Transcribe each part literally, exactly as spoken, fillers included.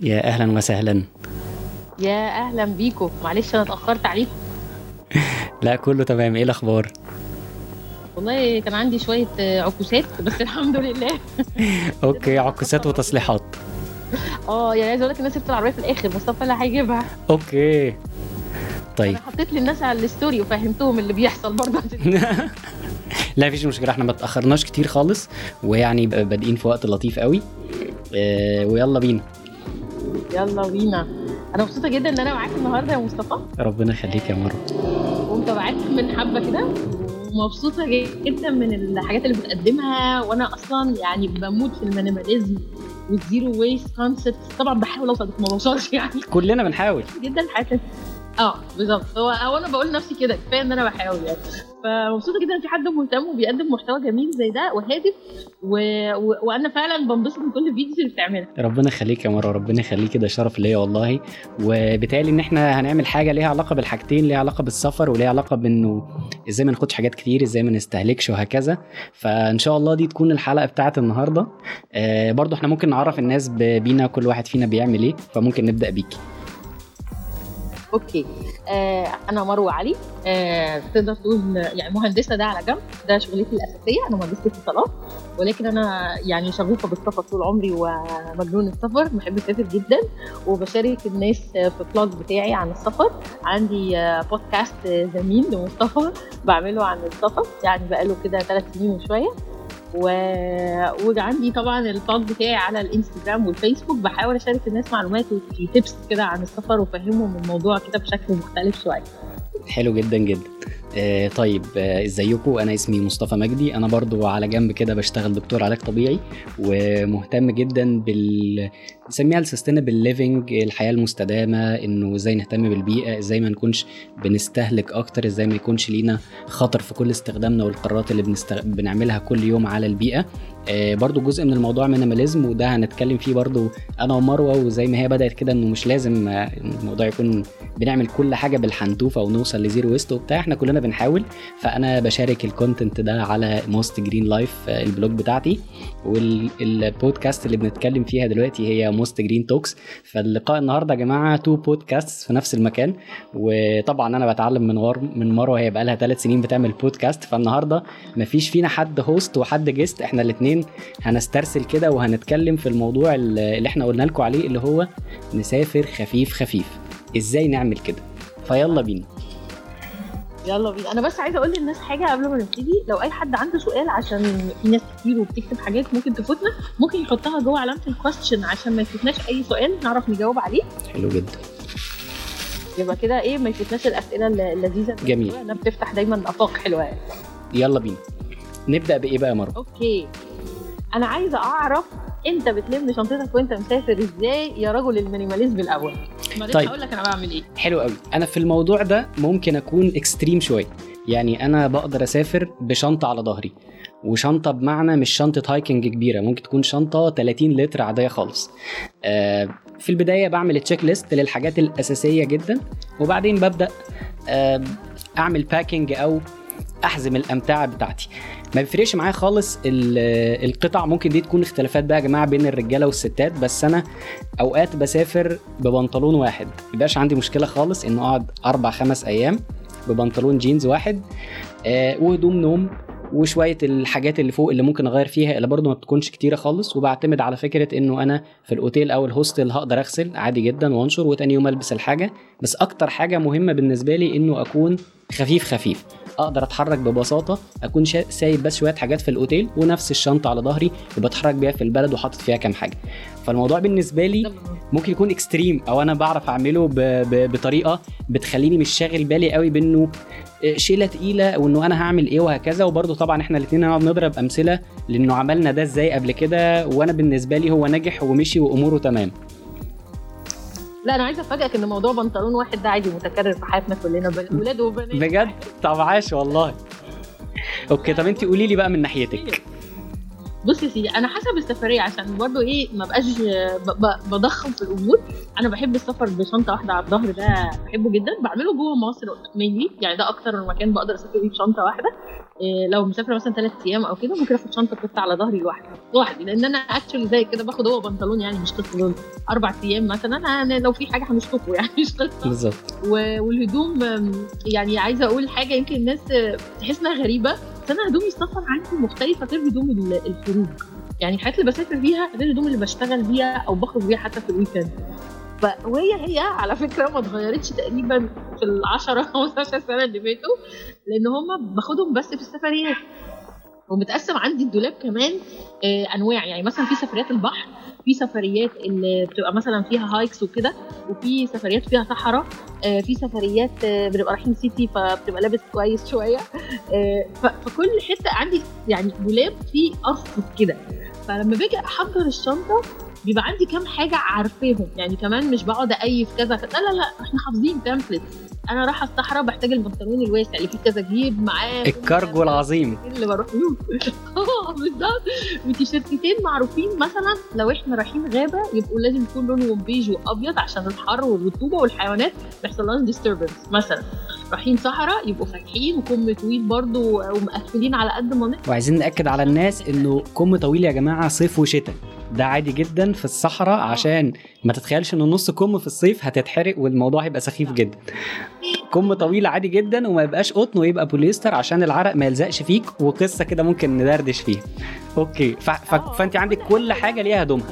يا اهلا وسهلا. يا اهلا بيكم، معلش انا اتاخرت عليكم. لا كله تمام، ايه الاخبار؟ والله كان عندي شويه عكوسات بس الحمد لله. اوكي، عكوسات وتصليحات. اه يعني عايز اقول لك الناس سبت العربيه في الاخر، مصطفى اللي هيجيبها. اوكي طيب. انا حطيت للناس على الستوري وفهمتهم اللي بيحصل برضه. لا فيش مشكله، احنا ما تاخرناش كتير خالص، ويعني بادئين في وقت لطيف قوي. اه ويلا بينا. يلا بينا. انا مبسوطه جدا ان انا معاك النهارده يا مصطفى. ربنا يخليك يا مروه. ومتابعاك من حبه كده، ومبسوطه جدا من الحاجات اللي بتقدمها، وانا اصلا يعني بموت في المينيماليزم والزيرو ويست كونسبت. طبعا بحاول اوصل بس ما بوصلش يعني. كلنا بنحاول جدا الحاجات. اه بالظبط، هو هو انا بقول لنفسي كده كفايه ان انا بحاول يعني. فمبسوطه جدا ان في حد مهتم وبيقدم محتوى جميل زي ده وهادف و... و... وانا فعلا بنبسط من كل الفيديوز اللي بتعملها. ربنا يخليك يا مروه، ربنا يخليك، ده شرف ليا والله. وبالتالي ان احنا هنعمل حاجه ليها علاقه بالحاجتين، ليها علاقه بالسفر وليها علاقه بانه ازاي ما ناخدش حاجات كتير، ازاي ما نستهلكش وهكذا. فان شاء الله دي تكون الحلقه بتاعه النهارده. آه برضو احنا ممكن نعرف الناس بينا، كل واحد فينا بيعمل ايه، فممكن نبدا بيكي. اوكي. آه انا مروه علي. آه تقدر تقول يعني مهندسه، ده على جنب، ده شغلتي الاساسيه. انا مهندسه اتصالات، ولكن انا يعني شغوفه بالسفر طول عمري ومجنون السفر، بحب اسافر جدا، وبشارك الناس في البلوج بتاعي عن السفر. عندي آه بودكاست زميل لمصطفى بعمله عن السفر، يعني بقاله كده ثلاث سنين وشويه. و... وعندي طبعا البلوج بتاعي على الانستجرام والفيسبوك، بحاول اشارك الناس معلومات وتيبس كده عن السفر وافهمهم الموضوع كده بشكل مختلف شويه. حلو جدا جدا. آه طيب، آه ازيكم؟ انا اسمي مصطفى مجدي، انا برضو على جنب كده بشتغل دكتور علاج طبيعي، ومهتم جدا بال نسميها السستينبل ليفنج، الحياه المستدامه، انه ازاي نهتم بالبيئه، ازاي ما نكونش بنستهلك اكتر، ازاي ما يكونش لينا خطر في كل استخدامنا والقرارات اللي بنستغ... بنعملها كل يوم على البيئه. آه برضو جزء من الموضوع مينيماليزم، وده هنتكلم فيه برضو انا ومروه، وزي ما هي بدات كده انه مش لازم آه الموضوع يكون بنعمل كل حاجه بالحنتوفه ونوصل لزيرو ويست وبتاع، احنا كلنا بنحاول. فانا بشارك الكونتنت ده على موست جرين لايف البلوج بتاعتي، والبودكاست اللي بنتكلم فيها دلوقتي هي موست جرين توكس. فاللقاء النهارده يا جماعه تو بودكاست في نفس المكان، وطبعا انا بتعلم من ور... من مروه، هي بقى لها ثلاث سنين بتعمل بودكاست. فالنهارده مفيش فينا حد هوست وحد جيست، احنا الاثنين هنسترسل كده وهنتكلم في الموضوع اللي احنا قلنا لكم عليه، اللي هو نسافر خفيف خفيف، ازاي نعمل كده. فيلا بينا. يلا بينا. انا بس عايزه اقول للناس حاجه قبل ما نبتدي، لو اي حد عنده سؤال، عشان في ناس كتير وبتكتب حاجات ممكن تفوتنا، ممكن يحطها جوه علامه الكويستشن عشان ما يفوتناش اي سؤال نعرف نجاوب عليه. حلو جدا، يبقى كده ايه، ما يفوتناش الاسئله اللذيذه. جميل، انا بتفتح دايما افاق حلوه. يلا بينا. نبدا بايه بقى يا مروه؟ اوكي، انا عايزه اعرف انت بتلم شنطتك وانت مسافر ازاي يا رجل المينيماليزم الاول؟ طيب هقول لك انا بعمل ايه. حلو قوي. انا في الموضوع ده ممكن اكون اكستريم شويه، يعني انا بقدر اسافر بشنطه على ظهري، وشنطه بمعنى مش شنطه هايكنج كبيره، ممكن تكون شنطه ثلاثين لتر عاديه خالص. آه في البدايه بعمل تشيك ليست للحاجات الاساسيه جدا، وبعدين ببدا آه اعمل باكينج او احزم الامتعه بتاعتي. ما بيفرقش معايا خالص القطع، ممكن دي تكون اختلافات بقى يا جماعه بين الرجاله والستات، بس انا اوقات بسافر ببنطلون واحد، مبقاش عندي مشكله خالص انه اقعد اربع خمس ايام ببنطلون جينز واحد، آه وهدوم نوم وشويه الحاجات اللي فوق اللي ممكن اغير فيها، اللي برضو ما بتكونش كتيره خالص. وبعتمد على فكره انه انا في الاوتيل او الهوستل هقدر اغسل عادي جدا وانشر، وتاني يوم البس الحاجه. بس اكتر حاجه مهمه بالنسبه لي انه اكون خفيف خفيف، اقدر اتحرك ببساطه، اكون سايب بس شويه حاجات في الاوتيل ونفس الشنطه على ظهري وبتحرك بيها في البلد وحاطط فيها كام حاجه. فالموضوع بالنسبه لي ممكن يكون اكستريم، او انا بعرف اعمله ب... ب... بطريقه بتخليني مش شاغل بالي قوي بانه شيله تقيله وانه انا هعمل ايه وهكذا. وبرده طبعا احنا الاثنين هنقعد نضرب امثله لانه عملنا ده ازاي قبل كده، وانا بالنسبه لي هو نجح ومشي واموره تمام. لا انا عايزه افاجئك ان موضوع بنطلون واحد ده عادي متكرر في حياتنا كلنا، ولاد وبنات بجد. طب عاش والله. اوكي طب انت قولي لي بقى من ناحيتك. بص يا سيدي، انا حسب السفريه عشان برضو ايه ما بقاش بضخم في الامور. انا بحب السفر بشنطه واحده على الظهر، ده بحبه جدا، بعمله جوه مصر مينلي، يعني ده اكتر مكان بقدر اسافر فيه بشنطه واحده. إيه لو مسافره مثلا ثلاث ايام او كده ممكن اخد شنطه قطه على ظهري لوحدي لوحدي لان انا اكشلي زي كده باخد هو بنطلون، يعني مش قصه دول اربع ايام مثلا، انا لو في حاجه هنشطفه يعني مش قصه بالظبط. والهدوم يعني عايزه اقول حاجه يمكن الناس تحس انها غريبه، بس انا هدوم السفر عندي مختلفه غير هدوم الخروج. يعني الحاجات اللي بسافر بيها غير الهدوم اللي بشتغل بيها او بخرج بيها حتى في الويكند. وهي هي على فكره ما اتغيرتش تقريبا في العشرة خمستاشر سنه اللي فاتوا، لان هم باخدهم بس في السفريات. ومتقسم عندي الدولاب كمان انواع، يعني مثلا في سفريات البحر، في سفريات اللي بتبقى مثلا فيها هايكس وكده، وفي سفريات فيها صحراء، في سفريات بنبقى رايحين سيتي فبتبقى لابس كويس شويه. فكل حته عندي يعني دولاب فيه ارفف كده. فلما باجي احضر الشنطه بيبقى عندي كام حاجه عارفاهم، يعني كمان مش بقعد اقيف كذا، لا لا لا احنا حافظين تمبلت. انا رايحه الصحراء بحتاج البنطلون الواسع اللي فيه كذا جيب معاه، الكارجو العظيم اللي بروح له اه بالظبط، وتيشيرتين معروفين مثلا لو احنا رايحين غابه يبقوا لازم يكون لونهم بيج وابيض عشان الحر والرطوبه والحيوانات ما يحصلهاش ديستربنس. مثلا رايحين صحراء يبقوا فاتحين وكم طويل برضو ومقفلين على قد ما نقدر. وعايزين ناكد على الناس انه كم طويل يا جماعه صيف وشتاء، ده عادي جدا في الصحراء، عشان ما تتخيلش ان نص كم في الصيف هتتحرق والموضوع هيبقى سخيف جدا. كم طويل عادي جدا وما يبقاش قطن ويبقى بوليستر عشان العرق ما يلزقش فيك، وقصه كده ممكن ندردش فيها. اوكي ف... ف... فانت عندك كل حاجه ليها هدومها.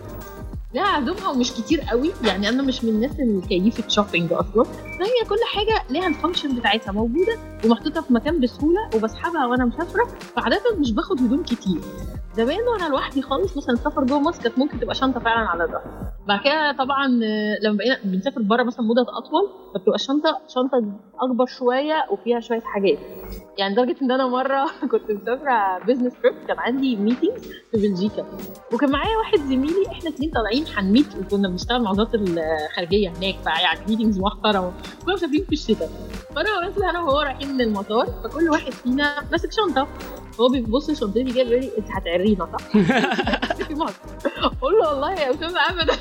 لا هدومها ومش كتير قوي، يعني انا مش من الناس اللي كيفه شوبينج اصلا، هي كل حاجه ليها الفانكشن بتاعتها موجوده ومحطوطه في مكان بسهوله وبسحبها وانا مسافره، فعاده مش باخد هدوم كتير. زمان وانا لوحدي خالص مثلا السفر جوه مصر كانت ممكن تبقى شنطه فعلا على ظهري. بعد كده طبعا لما بقينا بنسافر بره مثلا مده اطول فبتبقى الشنطه شنطه اكبر شويه وفيها شويه حاجات، يعني لدرجه ان انا مره كنت مسافره بزنس تريب، كان عندي ميتينج في بلجيكا وكان معايا واحد زميلي، احنا اثنين طالعين هنميت وكنا بنشتغل مع وزاره الخارجيه هناك، فيعني ميتينجز محترمه، كنا مسافرين في الشتاء. فانا مثلا انا وهو رايحين للمطار، فكل واحد فينا ماسك شنطه، هو بيبص شنطتي جاي بيقول لي انت هتعرينا صح؟ في مصر. اقول له والله يا اسامه ابدا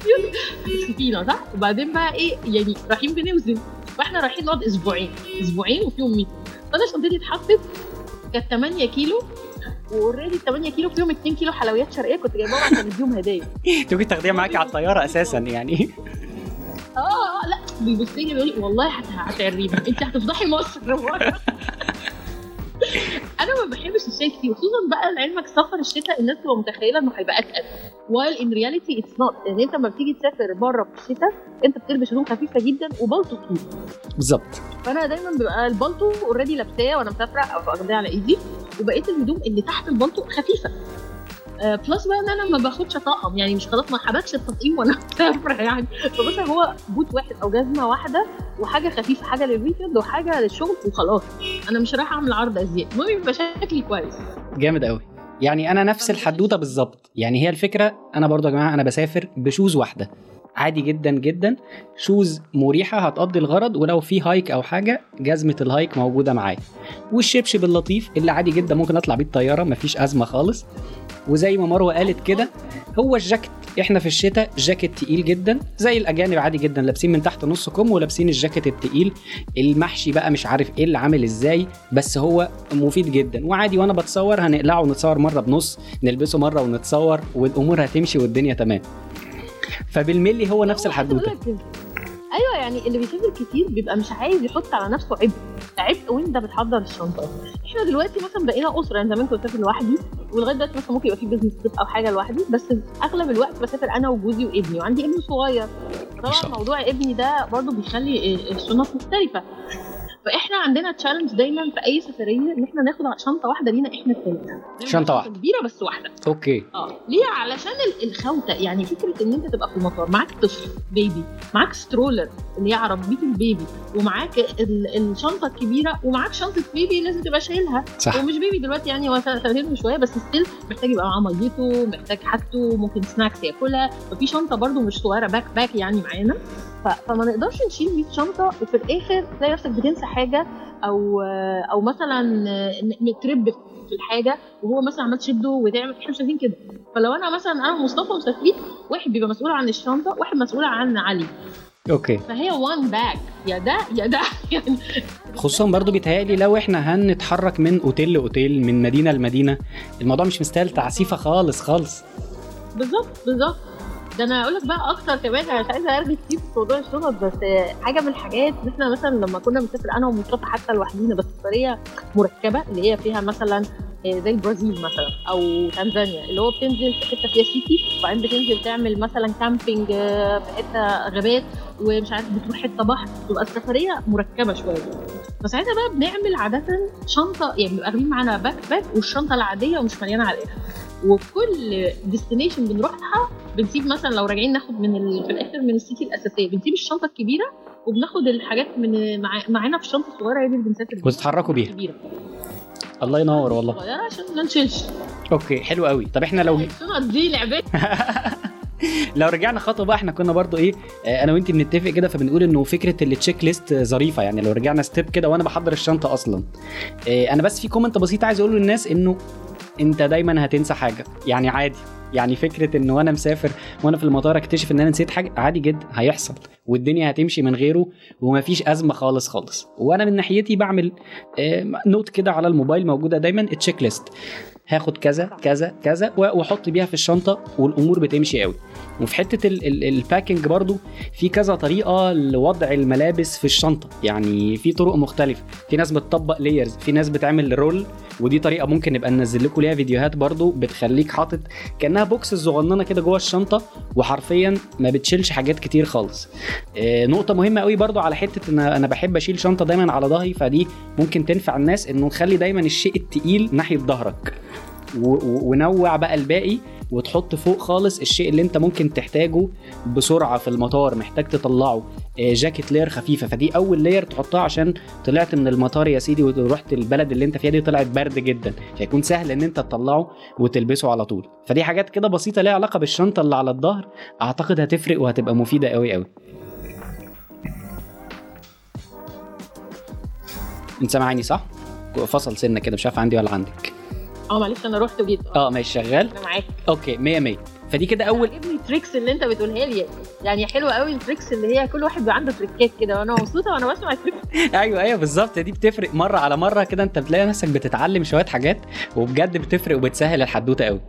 سفينه صح. وبعدين بقى ايه يعني رايحين بنوزن، فاحنا رايحين نقعد اسبوعين اسبوعين وفيهم ميت. فانا شنطتي اتحطت كانت ثمانية كيلو، واوريدي ثمانية كيلو فيهم اتنين كيلو حلويات شرقيه كنت جايباهم عشان اديهم هدايا. تيجي تاخديها معاكي على الطياره اساسا يعني. اه لا بيبص لي بيقول لي والله هتعرينا انت هتفضحي مصر. انا ما بحبش الشيء كتير، خصوصا بقى لعلمك سفر الشتاء الناس تبقى متخيله انه هيبقى اتقل، وايل ان رياليتي اتس نوت. يعني انت لما بتيجي تسافر بره في الشتاء انت بتلبس هدوم خفيفه جدا وبلطو طويل. بالظبط. فانا دايما بيبقى البلطو اوريدي لابساه وانا مسافره او واخداه على ايدي، وبقيت الهدوم اللي تحت البلطو خفيفه. آه بلس بقى ان انا ما باخدش طقم، يعني مش خلاص ما حبكش التطقيم وانا مسافره يعني، فبس هو بوت واحد او جزمه واحده وحاجه خفيفه، حاجه للويكند وحاجه للشغل وخلاص. انا مش رايحه اعمل عرض ازياء، المهم يبقى شكلي كويس. جامد قوي. يعني انا نفس الحدوته بالظبط، يعني هي الفكره انا برضو يا جماعه انا بسافر بشوز واحده عادي جدا جدا، شوز مريحه هتقضي الغرض، ولو في هايك او حاجه جزمه الهايك موجوده معايا، والشبشب اللطيف اللي عادي جدا ممكن اطلع بيه الطياره مفيش ازمه خالص. وزي ما مروه قالت كده هو الجاكيت، احنا في الشتاء جاكيت تقيل جدا زي الاجانب عادي جدا، لابسين من تحت نص كم ولابسين الجاكيت التقيل المحشي بقى مش عارف ايه اللي عامل ازاي، بس هو مفيد جدا وعادي. وانا بتصور هنقلعه ونتصور مره بنص، نلبسه مره ونتصور والامور هتمشي والدنيا تمام. فبالملي هو نفس الحدوته. ايوه يعني اللي بيسافر كتير بيبقى مش عايز يحط على نفسه عبء عبء وانت بتحضر الشنطه. احنا دلوقتي مثلا بقينا اسره، يعني زمان كنت بسافر لوحدي ولغايه دلوقتي مثلا ممكن يبقى في بزنس تريب او حاجه لوحدي، بس اغلب الوقت بسافر انا وجوزي وابني، وعندي ابن صغير طبعا. موضوع ابني ده برضو بيخلي الشنط مختلفه، فاحنا عندنا تشالنج دايما في اي سفريه ان احنا ناخد شنطه واحده لينا احنا الثلاثه، شنطه واحده كبيره بس واحده. اوكي اه ليه؟ علشان الخوته، يعني فكره ان انت تبقى في المطار معاك طفل بيبي، معاك سترولر اللي هي عربيه البيبي، ومعاك الشنطه الكبيره، ومعاك شنطه بيبي لازم تبقى شايلها. صح. ومش بيبي دلوقتي يعني هو سنتين وشويه، بس ستيل محتاج يبقى معاه ميته، محتاج حاجته، ممكن سناكس ياكلها، ففي شنطه برده مش صغيره باك باك يعني معانا. فما نقدرش نشيل مية شنطه وفي الاخر تلاقي نفسك بتنسى حاجه، او او مثلا ترب في الحاجه وهو مثلا عمال تشده وتعمل، احنا مش عايزين كده. فلو انا مثلا انا ومصطفى مسافرين، واحد بيبقى مسؤول عن الشنطه، واحد مسؤول عن علي. اوكي. فهي وان باك، يا ده يا ده يعني. خصوصا برضو بيتهيألي لو احنا هنتحرك من اوتيل لاوتيل، من مدينه لمدينه، الموضوع مش مستاهل تعسيفه خالص خالص. بالظبط بالظبط. ده انا اقول لك بقى اكتر كمان، انا مش عايزه ارغي كتير في موضوع الشنط، بس حاجه من الحاجات ان احنا مثلا لما كنا بنسافر انا ومصطفى حتى لوحدينا، بس سفريه مركبه اللي هي فيها مثلا زي البرازيل مثلا او تنزانيا، اللي هو بتنزل في حته فيها سيتي، وبعدين بتنزل تعمل مثلا كامبينج في حته غابات، ومش عارف بتروح حته بحر، تبقى السفريه مركبه شويه. فساعتها بقى بنعمل عاده شنطه، يعني بنبقى واخدين معانا باك باك والشنطه العاديه ومش مليانه على الاخر، وكل ديستنيشن بنروحها بنسيب مثلا لو راجعين ناخد من ال... في الاخر من السيتي الاساسيه بنسيب الشنطه الكبيره، وبناخد الحاجات من مع... معانا في الشنطه الصغيره اللي بنسافر بيها وتتحركوا بيها. الله ينور والله. صغيره عشان ما نشيلش. اوكي حلو قوي. طب احنا لو الشنط دي لعبه لو رجعنا خطوه بقى، احنا كنا برضو ايه، انا وانتي بنتفق كده فبنقول انه فكره التشيك ليست ظريفه. يعني لو رجعنا ستيب كده وانا بحضر الشنطه اصلا، انا بس في كومنت بسيط عايز اقوله للناس، انه انت دايما هتنسى حاجه، يعني عادي. يعني فكره انه وانا مسافر وانا في المطار اكتشف ان انا نسيت حاجه، عادي جدا هيحصل، والدنيا هتمشي من غيره ومفيش ازمه خالص خالص. وانا من ناحيتي بعمل نوت كده على الموبايل موجوده دايما التشيك ليست، هاخد كذا كذا كذا واحط بيها في الشنطه، والامور بتمشي قوي. وفي حته الباكينج برضو في كذا طريقه لوضع الملابس في الشنطه، يعني في طرق مختلفه. في ناس بتطبق لايرز، في ناس بتعمل رول، ودي طريقه ممكن نبقى ننزل لكم ليها فيديوهات برضو، بتخليك حاطط كانها بوكس صغننه كده جوه الشنطه، وحرفيا ما بتشيلش حاجات كتير خالص. آه نقطه مهمه قوي برضو على حته ان انا بحب اشيل شنطه دايما على ظهري، فدي ممكن تنفع الناس، انه نخلي دايما الشيء التقيل ناحيه ظهرك، ونوع بقى الباقي، وتحط فوق خالص الشيء اللي انت ممكن تحتاجه بسرعه في المطار، محتاج تطلعه. جاكيت لير خفيفه، فدي اول لير تحطها عشان طلعت من المطار يا سيدي ورحت البلد اللي انت فيها دي طلعت برد جدا، فيكون سهل ان انت تطلعه وتلبسه على طول. فدي حاجات كده بسيطه ليها علاقه بالشنطه اللي على الظهر، اعتقد هتفرق وهتبقى مفيده قوي قوي. انت سامعني صح؟ فصل سنه كده، مش عارف عندي ولا عندك. اه معلش انا رحت وجيت. اه ماشي شغال، انا معاك. اوكي مية مية. فدي كده اول عجبني التريكس اللي انت بتقولها لي، يعني حلوه قوي التريكس اللي هي كل واحد بيبقى عنده تريكات كده، وانا مبسوطه وانا بسمع التريكس. ايوه ايوه بالظبط، دي بتفرق مره على مره كده، انت بتلاقي نفسك بتتعلم شويه حاجات وبجد بتفرق وبتسهل الحدوته قوي.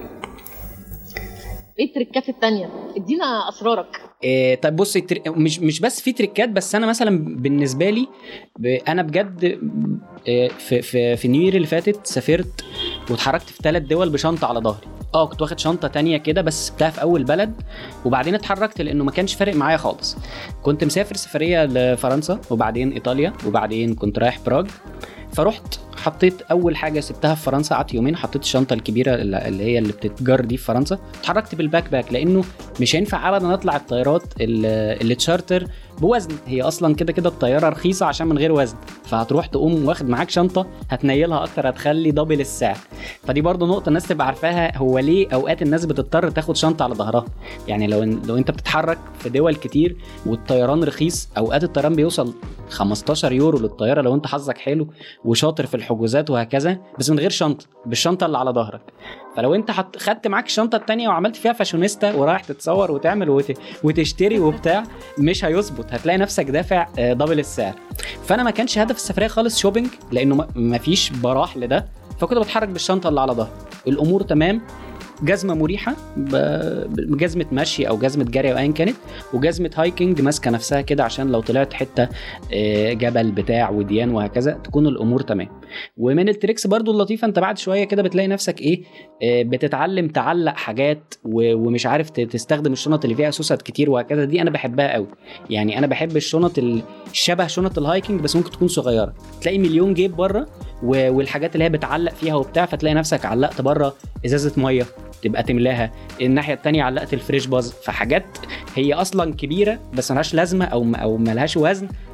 ايه التريكات التانية؟ ادينا اسرارك. إيه طيب بص، مش مش بس في تريكات، بس انا مثلا بالنسبه لي ب... انا بجد إيه في في في نيوير اللي فاتت سافرت واتحركت في ثلاث دول بشنطه على ظهري. اه كنت واخد شنطه تانية كده بس سبتها في اول بلد، وبعدين اتحركت لانه ما كانش فارق معايا خالص. كنت مسافر سفريه لفرنسا، وبعدين ايطاليا، وبعدين كنت رايح براغ. فرحت حطيت اول حاجه سبتها في فرنسا، قعدت يومين، حطيت الشنطه الكبيره اللي هي اللي بتتجر دي في فرنسا، اتحركت بالباك باك، لانه مش هينفع ابدا اطلع الطيارات اللي تشارتر بوزن، هي اصلا كده كده الطياره رخيصه عشان من غير وزن، فهتروح تقوم واخد معاك شنطه هتنيلها اكتر، هتخلي دبل السعر. فدي برضو نقطه الناس تبقى عارفاها، هو ليه اوقات الناس بتضطر تاخد شنطه على ظهرها. يعني لو لو انت بتتحرك في دول كتير والطيران رخيص، اوقات الطيران بيوصل خمستاشر يورو للطياره لو انت حظك حلو وشاطر في الحجوزات وهكذا، بس من غير شنطه، بالشنطه اللي على ظهرك. فلو انت حط... خدت معاك الشنطه التانية وعملت فيها فاشونيستا ورايح تتصور وتعمل وت... وتشتري وبتاع، مش هيظبط، هتلاقي نفسك دافع دبل السعر. فانا ما كانش هدف السفريه خالص شوبينج، لانه ما فيش براح لده، فكنت بتحرك بالشنطه اللي على ظهري، الامور تمام. جزمه مريحه، جزمه مشي او جزمه جري او ايا كانت، وجزمه هايكنج ماسكه نفسها كده عشان لو طلعت حته جبل بتاع وديان وهكذا تكون الامور تمام. ومن التريكس برضو اللطيفه، انت بعد شويه كده بتلاقي نفسك ايه، بتتعلم تعلق حاجات ومش عارف تستخدم الشنط اللي فيها سوست كتير وهكذا. دي انا بحبها قوي، يعني انا بحب الشنط الشبه شنط الهايكنج بس ممكن تكون صغيره، تلاقي مليون جيب بره والحاجات اللي هي بتعلق فيها وبتاع، فتلاقي نفسك علقت بره ازازه ميه تبقى تملاها، الناحيه التانية علقت الفريش باز، فحاجات هي اصلا كبيره بس ملهاش لازمه او او ملهاش وزن،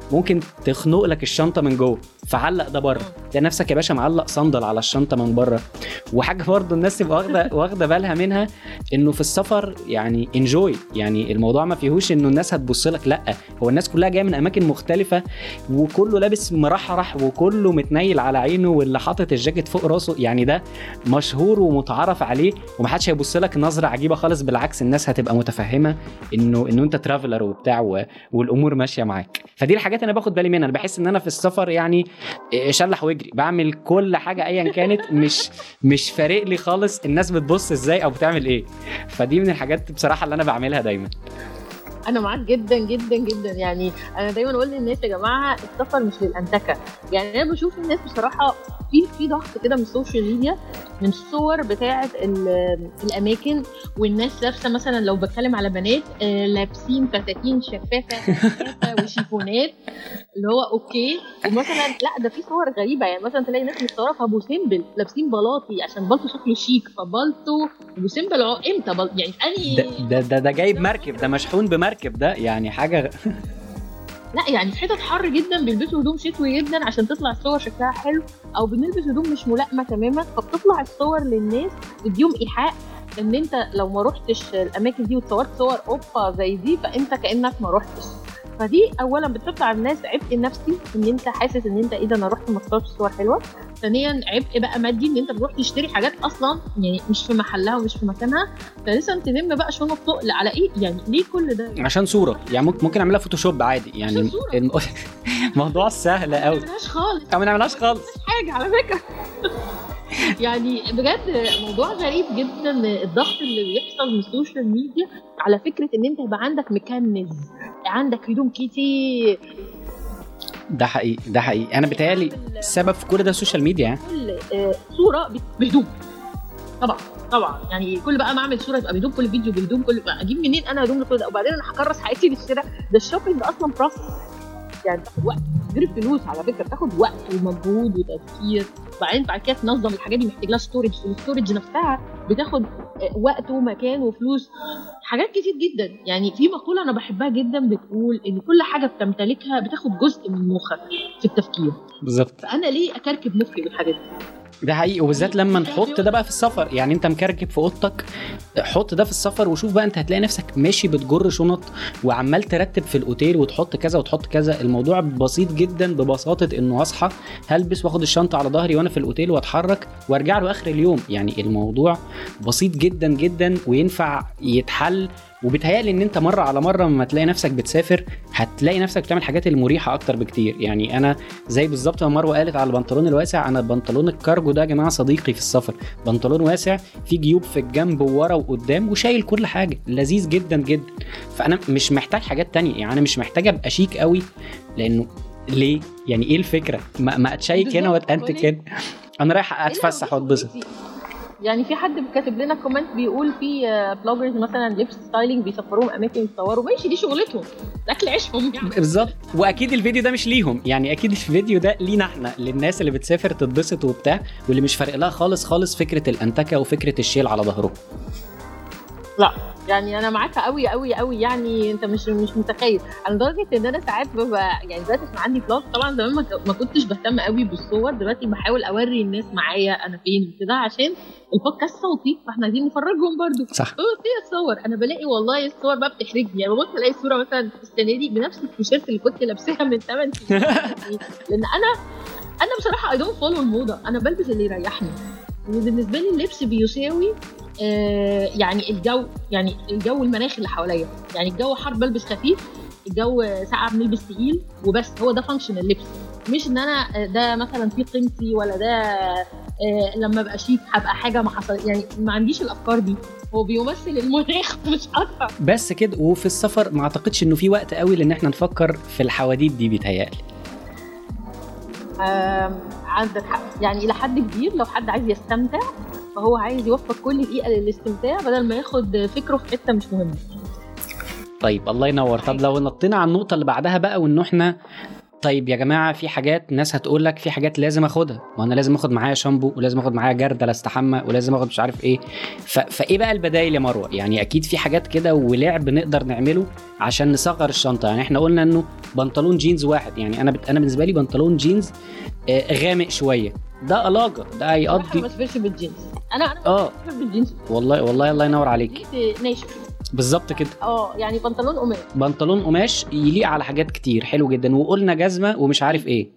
ممكن تخنق لك الشنطه من جوه، فعلق ده بره، تلاقي نفسك يا باشا معلق صندل على الشنطه من بره. وحاجه برضه الناس تبقى واخده واخده بالها منها، انه في السفر يعني انجوي، يعني الموضوع ما فيهوش انه الناس هتبص لك، لا هو الناس كلها جايه من اماكن مختلفه وكله لابس مرحرح وكله متنيل على عينه واللي حاطط الجاكيت فوق راسه، يعني ده مشهور ومتعارف عليه ومحدش هيبص لك نظره عجيبه خالص، بالعكس الناس هتبقى متفهمه انه انه انت ترافلر وبتاع والامور ماشيه معاك. فدي الحاجات انا باخد بالي منها. انا بحس ان انا في السفر يعني شلح واجري، بعمل كل حاجه ايا كانت، مش مش فارق لي خالص الناس بتبص ازاي او بتعمل ايه. فدي من الحاجات بصراحه اللي انا بعملها دايما. انا معاك جدا جدا جدا. يعني انا دايما اقول للناس يا جماعه السفر مش للانتكه. يعني انا بشوف الناس بصراحه في في ضغط كده من السوشيال ميديا، من الصور بتاعه الاماكن، والناس لابسه مثلا لو بتكلم على بنات لابسين فساتين شفافه وشيفونات اللي هو اوكي. ومثلا لا ده في صور غريبه، يعني مثلا تلاقي ناس متصوره في ابو سمبل لابسين بلاطي عشان بلطو شكله شيك، فبلطو ابو سمبل امتى بل... يعني اني ده ده ده جايب مركب، ده مشحون بمركب، ده يعني حاجه لا يعني في حتت حر جدا بيلبسوا هدوم شتوي جدا عشان تطلع الصور شكلها حلو، او بنلبس هدوم مش ملائمه تماما فبتطلع الصور للناس تديهم ايحاء ان انت لو ما روحتش الاماكن دي وتصورت صور اوبا زي دي فانت كانك ما روحتش. فدي اولا بتحط على الناس عبء نفسي ان انت حاسس ان انت ايه ده انا رحت ما صورتش صور حلوه. ثانيا عبء بقى مادي ان انت بتروح تشتري حاجات اصلا يعني مش في محلها ومش في مكانها. ثالثا تلم بقى شنط تقل على ايه يعني ليه كل ده عشان صوره، يعني ممكن اعملها فوتوشوب عادي يعني الموضوع سهل قوي. ما نعملهاش خالص ما نعملهاش خالص حاجه على فكره يعني بجد موضوع غريب جدا الضغط اللي بيحصل من السوشيال ميديا على فكره ان انت يبقى عندك مكنز، عندك هدوم كتير. ده حقيقي ده حقيقي انا بتهيالي السبب في كل ده السوشيال ميديا. كل صوره بهدوم طبعا طبعا يعني كل بقى ما اعمل صوره يبقى بهدوم، كل فيديو بهدوم، كل اجيب منين انا هدوم لكل ده؟ وبعدين انا هكرس حياتي بالشراء ده. الشوبينج اصلا بروسس يعني بتاخد وقت غير فلوس على فكره، بتاخد وقت ومجهود وتفكير. بعدين بعد كده تنظم الحاجات دي محتاج لها ستورج، والستورج نفسها بتاخد وقت ومكان وفلوس، حاجات كتير جدا. يعني في مقوله انا بحبها جدا بتقول ان كل حاجه بتمتلكها بتاخد جزء من مخك في التفكير. بالظبط. فانا ليه اكركب مخي بالحاجات دي؟ ده حقيقي، وبالذات لما نحط ده بقى في السفر. يعني انت مكركب في اوضتك، حط ده في السفر وشوف بقى انت هتلاقي نفسك ماشي بتجر شنط وعمال ترتب في الاوتيل وتحط كذا وتحط كذا. الموضوع بسيط جدا ببساطه انه اصحى هلبس واخد الشنطه على ظهري وانا في الاوتيل واتحرك وارجع له اخر اليوم. يعني الموضوع بسيط جدا جدا وينفع يتحل. وبتهيألي ان انت مره على مره لما تلاقي نفسك بتسافر هتلاقي نفسك بتعمل حاجات المريحه اكتر بكتير. يعني انا زي بالظبط ما مروه قالت على البنطلون الواسع، انا البنطلون الكارجو ده يا جماعه صديقي في السفر. بنطلون واسع فيه جيوب في الجنب وورا وقدام وشايل كل حاجه، لذيذ جدا جدا. فانا مش محتاج حاجات تانية، يعني انا مش محتاج ابقى شيك قوي، لانه ليه يعني ايه الفكره؟ ما, ما اتشيك هنا واتانتك هنا، انا رايح اتفسح واتبسط. يعني في حد كاتب لنا كومنت بيقول في بلوجرز مثلا لبس ستايلينج بيسافروهم اماكن يتصوروا، ماشي دي شغلتهم، اكل عيشهم يعني. بالظبط. واكيد الفيديو ده مش ليهم، يعني اكيد الفيديو ده لينا احنا، للناس اللي بتسافر تتبسط وبتاع، واللي مش فارق لها خالص خالص فكره الانتكه وفكره الشيل على ظهره. لا يعني انا معاك قوي قوي قوي، يعني انت مش مش متخيل. انا لدرجه ان انا ساعات ببقى يعني دلوقتي عشان عندي فلوج، طبعا زمان ما كنتش بهتم قوي بالصور، دلوقتي بحاول اوري الناس معايا انا فين كده عشان البودكاست صوتي، فاحنا عايزين نفرجهم برضو. صح. في الصور انا بلاقي والله الصور بقى بتحرجني، يعني ببص الاقي صوره مثلا السنه دي بنفس التيشيرت اللي كنت لابساها من ثمانية سنين لان انا انا بصراحه اي دونت فولو الموضه، انا بلبس اللي يريحني. وبالنسبه لي اللبس بيساوي آه يعني الجو، يعني الجو المناخ اللي حواليا. يعني الجو حر بلبس خفيف، الجو ساقع بنلبس تقيل، وبس. هو ده فانكشن اللبس، مش ان انا ده مثلا في قيمتي ولا ده آه لما ابقى شيك هبقى حاجه ما حصل. يعني ما عنديش الافكار دي، هو بيمثل المناخ مش اكتر بس كده. وفي السفر ما اعتقدش انه في وقت قوي لان احنا نفكر في الحواديت دي، بيتهيألي. آه عندك حق، يعني الى حد كبير لو حد عايز يستمتع فهو عايز يوفر كل دقيقه للاستمتاع بدل ما ياخد فكره في حته مش مهمه. طيب الله ينور. طب لو نطينا على النقطه اللي بعدها بقى، وانه احنا طيب يا جماعه في حاجات ناس هتقول لك في حاجات لازم اخدها، وانا لازم اخد معايا شامبو ولازم اخد معايا جردل استحمى ولازم اخد مش عارف ايه. ف... فايه بقى البدايل يا مروه؟ يعني اكيد في حاجات كده ولعب نقدر نعمله عشان نصغر الشنطه. يعني احنا قلنا انه بنطلون جينز واحد، يعني انا بت... انا بالنسبه لي بنطلون جينز آه غامق شويه ده ألاجة، ده هيقضي. انا ما بسافرش بالجينز، انا انا اه بسافر بالجينز والله والله الله ينور عليك، ناشف بالظبط كده. اه يعني بنطلون قماش، بنطلون قماش يليق على حاجات كتير، حلو جدا. وقلنا جزمه ومش عارف ايه.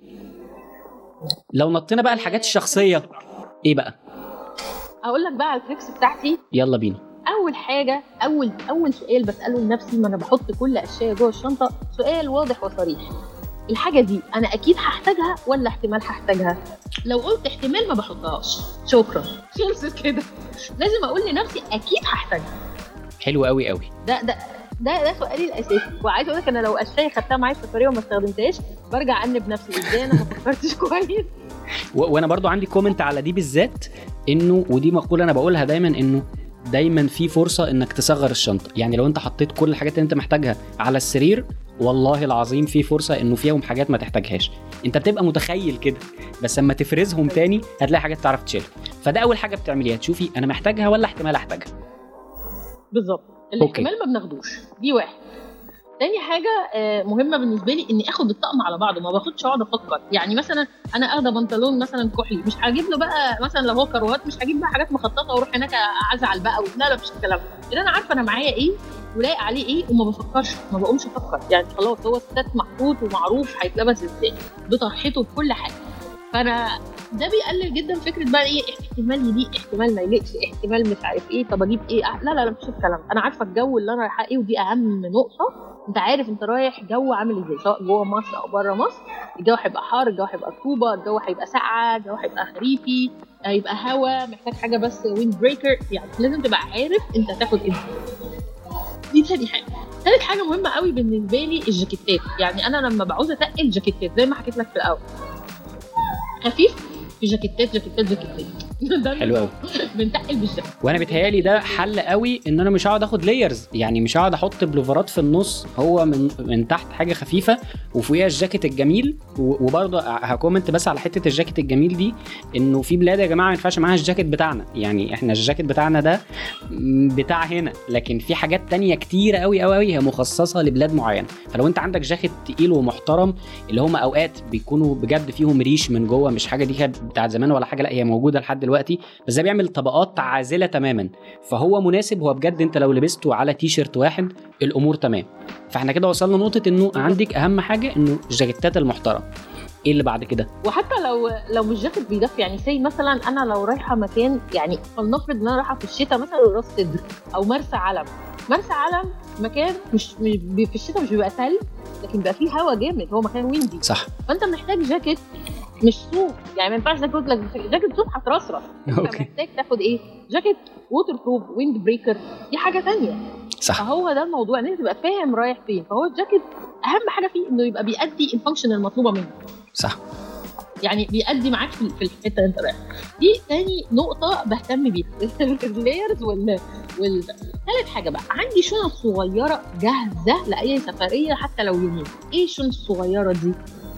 لو نطينا بقى الحاجات الشخصيه ايه بقى؟ اقول لك بقى على التريكس بتاعتي. يلا بينا. اول حاجه اول اول سؤال بساله لنفسي ما انا بحط كل اشياء جوه الشنطه، سؤال واضح وصريح: الحاجه دي انا اكيد هحتاجها ولا احتمال هحتاجها؟ لو قلت احتمال ما بحطهاش، شكرا، خلصت كده. لازم اقول لنفسي اكيد هحتاجها. حلو قوي قوي. ده ده ده ده سؤالي الاساسي. وعايز اقول لك انا لو اشياء خدتها معايا في السفريه وما استخدمتهاش برجع انب نفسي ازاي انا ما فكرتش كويس. وانا برضو عندي كومنت على دي بالذات، انه ودي مقوله انا بقولها دايما، انه دايما في فرصه انك تصغر الشنطه. يعني لو انت حطيت كل الحاجات اللي انت محتاجها على السرير، والله العظيم في فرصه انه فيهم حاجات ما تحتاجهاش. انت بتبقى متخيل كده، بس اما تفرزهم تاني هتلاقي حاجات تعرف تشيلها. فده اول حاجه بتعمليها، تشوفي انا محتاجها ولا احتمال احتاجها. بالظبط، الاحتمال ما بناخدوش، دي واحد. تاني حاجه مهمه بالنسبه لي اني اخد الطقم على بعضه، ما باخدش اقعد افكر. يعني مثلا انا اخده بنطلون مثلا كحلي، مش هجيب له بقى مثلا لو هو كروات مش هجيب بقى حاجات مخططه واروح هناك ازعل بقى. لا لا مش الكلام ده، انا عارفه انا معايا ايه ولاقي عليه ايه وما بفكرش، ما بقومش افكر. يعني خلاص هو ستات محطوط ومعروف هيتلبس ازاي بطرحته بكل حاجه. فانا ده بيقلل جدا فكره بقى ايه احتمال يليق احتمال ما يليقش احتمال مش عارف ايه طب اجيب ايه. لا لا لا مش الكلام. انا عارفه الجو اللي انا رايحه ايه، ودي اهم نقطه. انت عارف انت رايح جو عامل ازاي، سواء جوه مصر او بره مصر. الجو هيبقى حار، الجو هيبقى رطوبه، الجو هيبقى ساقعه، الجو هيبقى خريفي، هيبقى هوا محتاج حاجه بس ويند بريكر. يعني لازم تبقى عارف انت هتاخد ايه. دي تاني حاجه. ثالث حاجه مهمه قوي بالنسبه لي الجاكيتات. يعني انا لما بعوز اتقل جاكيتات زي ما حكيت لك في الاول، خفيف في جاكيتات جاكيتات جاكيتات حلو قوي. بنتقل بالجاكيت. وانا بيتهيالي ده حل قوي، ان انا مش هقعد اخد لايرز. يعني مش هقعد احط بلوفرات في النص، هو من من تحت حاجه خفيفه وفوقيها الجاكيت الجميل. وبرضه هكومنت بس على حته الجاكيت الجميل دي، انه في بلاد يا جماعه ما ينفعش معاها الجاكيت بتاعنا. يعني احنا الجاكيت بتاعنا ده بتاع هنا، لكن في حاجات تانية كتيره قوي قوي قوي هي مخصصه لبلاد معينه. فلو انت عندك جاكيت تقيل ومحترم، اللي هم اوقات بيكونوا بجد فيهم ريش من جوه، مش حاجه دي بتاعت زمان ولا حاجه، لا هي موجوده لحد دلوقتي، بس ده بيعمل طبقات عازله تماما. فهو مناسب، هو بجد انت لو لبسته على تي شيرت واحد الامور تمام. فاحنا كده وصلنا نقطه انه عندك اهم حاجه انه الجاكيتات المحترم. ايه اللي بعد كده؟ وحتى لو لو مش جاكيت بيدفي، يعني زي مثلا انا لو رايحه مكان، يعني فلنفرض ان انا رايحه في الشتاء مثلا راس سدر او مرسى علم. مرسى علم مكان مش, مش في الشتاء مش بيبقى ثلج، لكن بيبقى فيه هواء جامد، هو مكان ويندي. صح. فانت محتاج جاكيت مش صوف. يعني ما ينفعش تاخد لك جاكيت صوف هترصرص. انت محتاج تاخد ايه؟ جاكيت ووتر بروف ويند بريكر، دي حاجه ثانيه. صح. فهو ده الموضوع، ان انت تبقى فاهم رايح فين. فهو الجاكيت اهم حاجه فيه انه يبقى بيأدي الفانكشن المطلوبه منه. صح. يعني بيأدي معاك في الحته اللي انت رايح. دي تاني نقطه بهتم بيها اللايرز وال وال ثالث حاجه بقى، عندي شنط صغيره جاهزه لاي سفريه حتى لو يومين. ايه الشنط الصغيره دي؟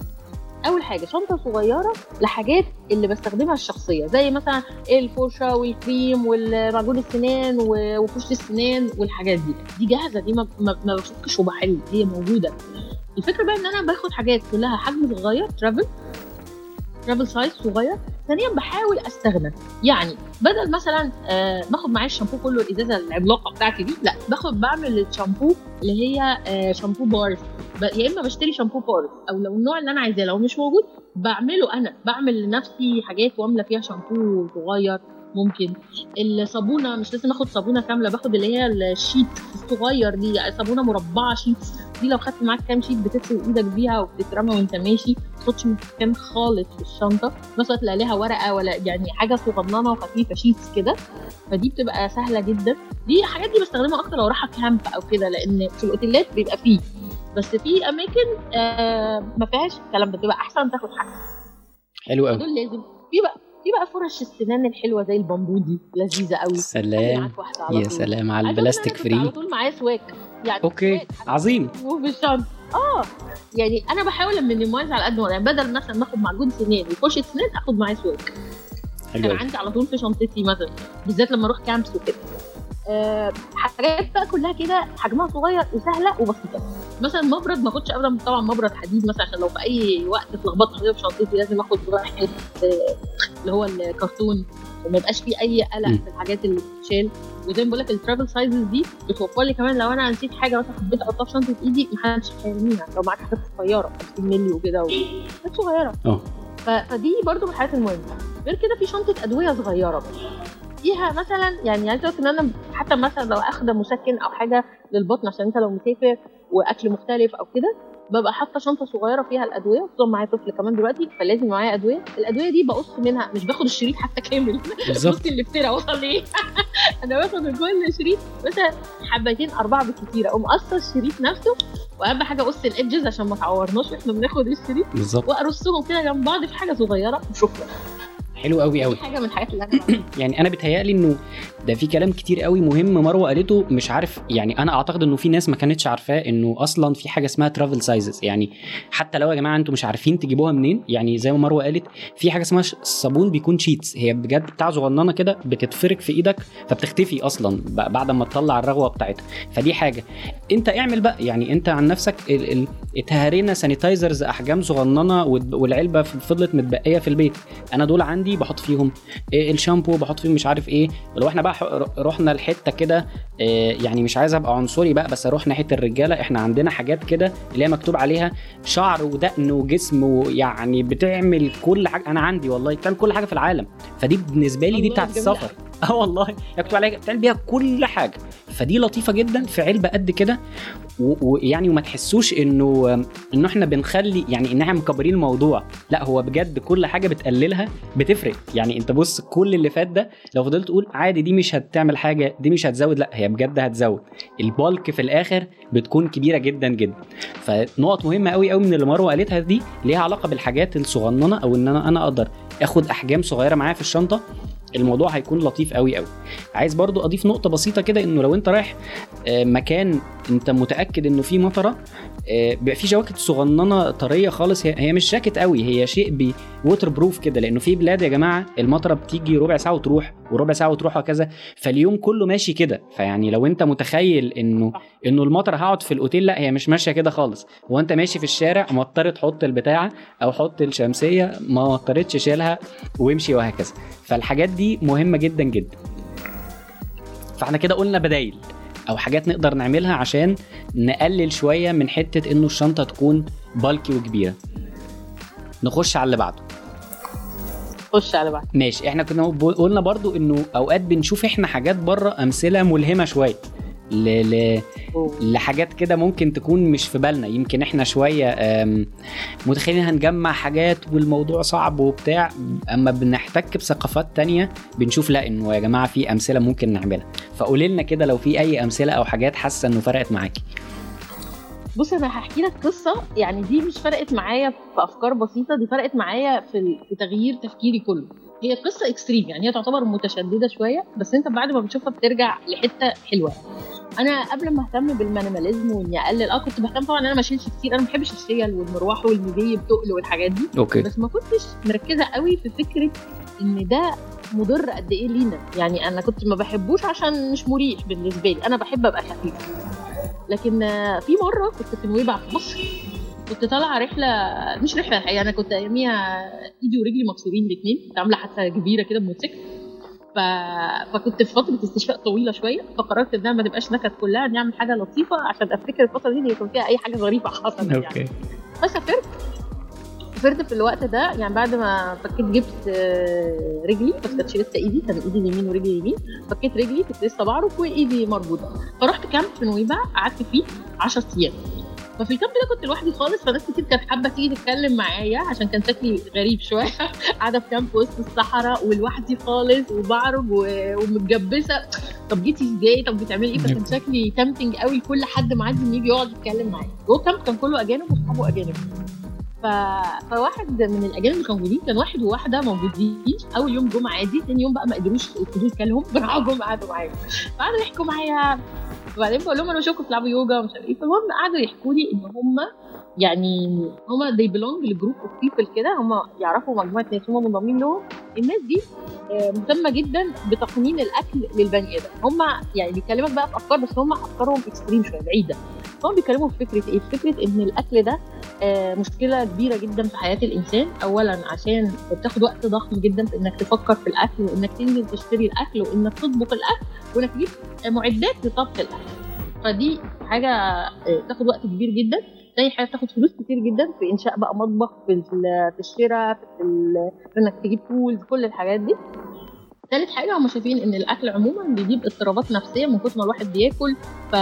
اول حاجه شنطه صغيره لحاجات اللي بستخدمها الشخصيه، زي مثلا الفرشه والكريم والمعجون السنان وفرشه السنان والحاجات دي. دي جاهزه، دي ما ما بفكش وبحل، هي موجوده. الفكره بقى ان انا باخد حاجات كلها حجم صغير، ترافل ترافل سايز صغير. ثانيا بحاول استغنى، يعني بدل مثلا آه باخد معايا الشامبو كله الازازه العملاقه بتاعتي دي، لا باخد بعمل الشامبو اللي هي آه شامبو بارز. يا اما بشتري شامبو بارز، او لو النوع اللي انا عايزاه لو مش موجود بعمله انا، بعمل لنفسي حاجات واملى فيها شامبو صغير. ممكن الصابونه مش لازم اخد صابونه كامله، باخد اللي هي الشيت الصغير دي، صابونه مربعه شيت دي. لو خدت معاك كام شيت بتغسل ايدك بيها وبتترمى وانت ماشي، ما تاخدش مكان خالص في الشنطه. مثلا لا ليها ورقه ولا يعني حاجه صغننه وخفيفه شيتس كده، فدي بتبقى سهله جدا. دي حاجات دي بستخدمها اكتر لو رايحه كامب او كده، لان في الاوتيلات بيبقى فيه، بس في اماكن آه ما فيهاش الكلام ده، بتبقى احسن تاخد حاجه. حلو قوي. دول لازم. في بقى في بقى فرش السنان الحلوه زي البامبو دي لذيذه قوي. سلام يا سلام على البلاستيك فري. على طول معايا سواك، يعني اوكي عظيم. وفي الشنطه اه يعني انا بحاول امينيمايز على قد ما يعني بدل مثلا ما اخد معجون سنان وفرشه سنان اخد معايا سواك. كان عندي على طول في شنطتي مثلا بالذات لما اروح كامبس وكده. أه حاجات بقى كلها كده حجمها صغير وسهله وبسيطه. مثلا مبرد ما اخدش ابدا طبعا مبرد حديد مثلا عشان لو في اي وقت اتلخبطت في شنطتي لازم اخد واحد اللي هو الكرتون وما يبقاش فيه اي قلق في الحاجات اللي بتتشال. وزي ما بقول لك الترافل سايزز دي بتوفر لي كمان لو انا نسيت حاجه مثلا حبيت احطها في شنطه ايدي ما حدش هيرميها لو معاك حاجات صغيره خمسين مللي وكده وحاجات صغيره. اه فدي برضو من الحاجات المهمه. غير كده في شنطه ادويه صغيره فيها مثلا يعني عايزه اقول ان انا حتى مثلا لو اخده مسكن او حاجه للبطن عشان انت لو مسافر واكل مختلف او كده ببقى حاطه شنطه صغيره فيها الادويه خصوصا معايا طفل كمان دلوقتي فلازم معايا ادويه. الادويه دي بقص منها مش باخد الشريط حتى كامل بالظبط اللي بترى وصل ليه انا باخد كل شريط مثلا حبتين اربعه بالكتير اقوم قص الشريط نفسه واهم حاجه اقص الادجز عشان ما تعورناش واحنا بناخد الشريط بالظبط وارصهم كده جنب بعض في حاجه صغيره وشكرا. حلو قوي قوي. حاجه من الحاجات اللي انا يعني انا بتهيالي انه ده في كلام كتير قوي مهم مروه قالته مش عارف يعني انا اعتقد انه في ناس ما كانتش عارفاه انه اصلا في حاجه اسمها ترافل سايزز. يعني حتى لو يا جماعه انتوا مش عارفين تجيبوها منين يعني زي ما مروه قالت في حاجه اسمها الصابون بيكون شيتس هي بجد بتاع صغننه كده بتتفرك في ايدك فبتختفي اصلا بعد ما تطلع الرغوه بتاعتها. فدي حاجه انت اعمل بقى يعني انت عن نفسك اتهرينا سانيتايزرز احجام صغننه والعلبه فضلت متبقيه في البيت انا دول عندي بحط فيهم الشامبو بحط فيهم مش عارف ايه. ولو احنا بقى رحنا لحته كده يعني مش عايز ابقى عنصري بقى بس اروح ناحيه الرجاله احنا عندنا حاجات كده اللي هي مكتوب عليها شعر ودقن وجسم ويعني بتعمل كل حاجه. انا عندي والله بتعمل كل حاجه في العالم فدي بالنسبه لي دي بتاعت السفر اه والله مكتوب عليها بتعمل بيها كل حاجه فدي لطيفه جدا في علبه قد كده ويعني وما تحسوش انه انه احنا بنخلي يعني ان احنا مكبرين الموضوع لا هو بجد كل حاجه بتقللها بتفرق. يعني انت بص كل اللي فات ده لو فضلت تقول عادي دي مش هتعمل حاجه دي مش هتزود لا هي بجد هتزود البالك في الاخر بتكون كبيره جدا جدا. فنقط مهمه قوي قوي من اللي مروه قالتها دي ليها علاقه بالحاجات الصغننه او ان انا انا اقدر اخد احجام صغيره معايا في الشنطه الموضوع هيكون لطيف قوي قوي. عايز برضو اضيف نقطه بسيطه كده انه لو انت رايح مكان انت متاكد انه فيه مطره بيبقى فيه جواكت صغننه طريه خالص هي مش جاكيت قوي هي شيء بي ووتر بروف كده لانه في بلاد يا جماعه المطره بتيجي ربع ساعه وتروح وربع ساعه وتروح وكذا فاليوم كله ماشي كده. فيعني لو انت متخيل انه انه المطره هقعد في الاوتيل لا هي مش ماشيه كده خالص. وانت ماشي في الشارع مضطر تحط البتاعه او حط الشمسيه ما مضطرتش شيلها وامشي وهكذا. فالحاجات دي مهمه جدا جدا. فاحنا كده قلنا بدايل او حاجات نقدر نعملها عشان نقلل شويه من حته انه الشنطه تكون بالكي وكبيره. نخش على اللي بعده. خش على بعض ماشي. احنا كنا قلنا برضو انه اوقات بنشوف احنا حاجات بره امثله ملهمه شويه ل... ل... لحاجات كده ممكن تكون مش في بالنا. يمكن احنا شويه متخيلين هنجمع حاجات والموضوع صعب وبتاع اما بنحتك بثقافات تانية بنشوف لا انه يا جماعه في امثله ممكن نعملها. فقولي لنا كده لو في اي امثله او حاجات حاسه انه فرقت معاكي. بص انا هحكي لك قصه يعني دي مش فرقت معايا في افكار بسيطه دي فرقت معايا في في تغيير تفكيري كله. هي قصه اكستريم يعني هي تعتبر متشدده شويه بس انت بعد ما بتشوفها بترجع لحته حلوه. انا قبل ما اهتم بالمينيماليزم واني اقلل اه كنت بهتم طبعا انا ما اشيلش كتير. انا ما بحبش الشيل والمروح والمجيب تقل والحاجات دي أوكي. بس ما كنتش مركزه قوي في فكره ان ده مضر قد ايه لينا. يعني انا كنت ما بحبوش عشان مش مريح بالنسبه لي انا بحب ابقى خفيف. لكن في مره كنت في نويبع في مصر كنت طالعه رحله مش رحله الحقيقه انا كنت اياميها ايدي ورجلي مكسورين الاثنين كنت عامله حادثه كبيره كده بموتوسيكل ف... فكنت في فتره استشفاء طويله شويه فقررت انها ما تبقاش نكد كلها نعمل حاجه لطيفه عشان افتكر الفتره دي اللي يكون فيها اي حاجه ظريفه حصلت يعني. أوكي. فسافرت سافرت في الوقت ده يعني بعد ما فكيت جبت رجلي بس كانت لسه ايدي كان ايدي اليمين ورجلي اليمين فكيت رجلي كنت لسه بعرف وايدي مربوطه فرحت كامب في نويبع قعدت فيه عشرة ايام. ففي الكامب ده كنت لوحدي خالص فناس كتير كانت حابه تيجي تتكلم معايا عشان كان شكلي غريب شويه قاعده في كامب وسط الصحراء ولوحدي خالص وبعرج ومتجبسه طب جيتي ازاي طب بتعملي ايه فكان شكلي تامتنج قوي لكل حد معدي انه يجي يقعد يتكلم معايا. هو الكامب كان كله اجانب واصحابه اجانب ف... فواحد من الاجانب اللي كانوا موجودين كان واحد وواحده موجودين اول يوم جمعه عادي ثاني يوم بقى ما قدروش يقعدوا يتكلموا راحوا جم قعدوا معايا قعدوا يحكوا معايا وبعدين بقول لهم انا بشوفكم بتلعبوا يوجا ومش عارف ايه. فالمهم قعدوا يحكوا لي ان هم يعني هما they belong لجروب اوف بيبل كده، هما يعرفوا مجموعه ناس هما منضمين لهم. الناس دي مهتمه جدا بتقنين الاكل للبني ادم. هما يعني بيكلمك بقى في افكار، بس هما افكارهم اكستريم شويه بعيده. هما بيكلموا في فكره ايه؟ فكره ان الاكل ده مشكله كبيره جدا في حياه الانسان. اولا عشان بتاخد وقت ضخم جدا في انك تفكر في الاكل، وانك تنزل تشتري الاكل، وانك تطبخ الاكل، وانك تجيب معدات لطبخ الاكل. فدي حاجه تاخد وقت كبير جدا. تاني حاجه بتاخد فلوس كتير جدا في انشاء بقى مطبخ، في في الشراء، في انك تجيب تولز، كل الحاجات دي. ثالث حاجه هم شايفين ان الاكل عموما بيجيب اضطرابات نفسيه من كتر ما الواحد بياكل،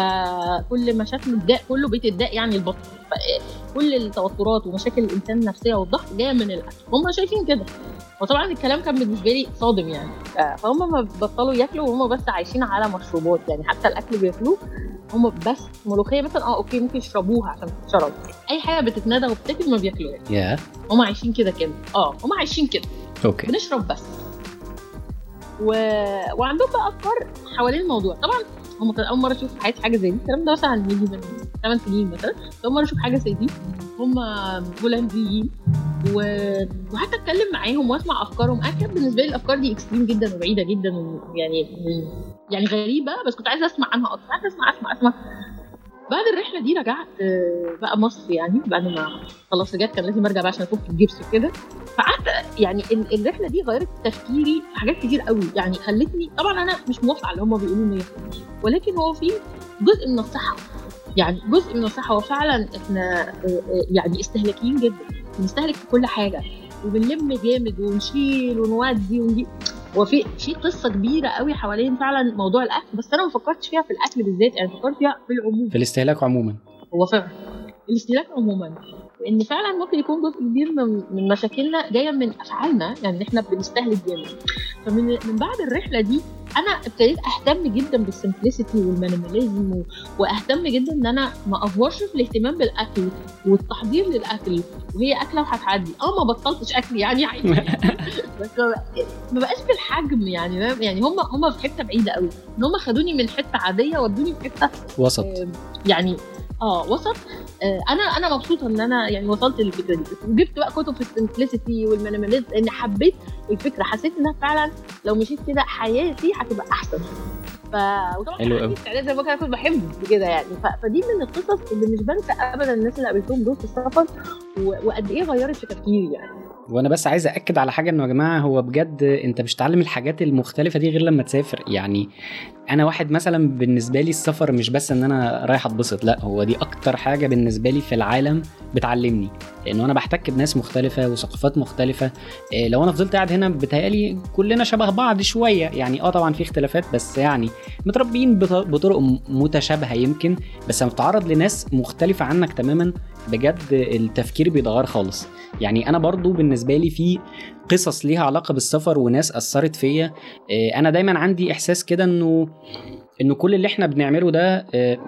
فكل مشاكل الداء كله بيت الداء يعني البطن. فكل التوترات ومشاكل الانسان النفسيه والضغط جايه من الاكل. هم شايفين كده، وطبعا الكلام كان بالنسبه لي صادم يعني. فهم ما بطلوا ياكلوا وهم بس عايشين على مشروبات. يعني حتى الاكل بياكلوه هم بس ملوخيه مثلا، اه اوكي ممكن يشربوها عشان تشرب. اي حاجه بتتندى وبتاكل ما بياكلوها. yeah. هم عايشين كده كده اه هم عايشين كده اوكي okay. بنشرب بس. و... وعندهم بقى افكار حوالين الموضوع. طبعا هم كانوا اول مره اشوف في حياتي حاجه زي دي. الكلام ده مثلا يجي من ثمان سنين مثلا، اول مره اشوف حاجه زي دي. هم هولنديين و... وحتى اتكلم معاهم واسمع افكارهم. انا كانت بالنسبه لي الافكار دي اكستريم جدا وبعيده جدا، ويعني يعني غريبه، بس كنت عايزه اسمع عنها اكتر. عايزه اسمع اسمع اسمع بعد الرحله دي رجعت بقى مصر. يعني بعد ما خلاص رجعت كان لازم ارجع بقى عشان افك الجبس وكده. فقعدت يعني الرحله دي غيرت تفكيري في حاجات كتير قوي. يعني خلتني، طبعا انا مش موافقه على اللي هم بيقولوا مية في المية، ولكن هو في جزء من الصحه. يعني جزء من الصحه هو فعلا احنا يعني استهلاكيين جدا، بنستهلك في كل حاجه وبنلم جامد ونشيل ونودي ونجيب. وفي في قصه كبيره قوي حوالين فعلا موضوع الاكل، بس انا ما فكرتش فيها في الاكل بالذات. انا فكرت فيها في العموم، في الاستهلاك عموما. هو فعلا الاستهلاك عموما، وان فعلا ممكن يكون جزء كبير من, من مشاكلنا جايه من افعالنا. يعني احنا بنستهلك جامد. فمن من بعد الرحله دي انا ابتديت اهتم جدا بالسمبلسيتي والمينيماليزم، واهتم جدا ان انا ما افورش في الاهتمام بالاكل والتحضير للاكل. وهي اكله وهتعدي. اه ما بطلتش اكل يعني عادي بس ما بقاش بالحجم. يعني يعني هم هم في حته بعيده قوي، ان هم خدوني من حته عاديه ودوني في حته وسط. يعني اه وسط. آه انا انا مبسوطه ان انا يعني وصلت للفكره دي. وجبت بقى كتب في السمبلسيتي والمينيماليزم لان حبيت الفكره. حسيت انها فعلا لو مشيت كده حياتي هتبقى احسن. ف وطبعا عندي استعداد زي ما كنت بحب كده يعني. ف... فدي من القصص اللي مش بنسى ابدا الناس اللي قابلتهم دول في السفر، و... وقد ايه غيرت في تفكيري يعني. وانا بس عايز اكد على حاجه، انه يا جماعه هو بجد انت مش هتتعلم الحاجات المختلفه دي غير لما تسافر. يعني انا واحد مثلا بالنسبه لي السفر مش بس ان انا رايح اتبسط، لا هو دي اكتر حاجه بالنسبه لي في العالم بتعلمني، لانه انا بحتك بناس مختلفه وثقافات مختلفه. إيه لو انا فضلت قاعد هنا بتهيالي كلنا شبه بعض شويه يعني. اه طبعا في اختلافات، بس يعني متربيين بطرق متشابهه يمكن، بس لما بتتعرض لناس مختلفه عنك تماما بجد التفكير بيتغير خالص. يعني انا برضو بالنسبه لي في قصص ليها علاقه بالسفر وناس اثرت فيا. انا دايما عندي احساس كده انه انه كل اللي احنا بنعمله ده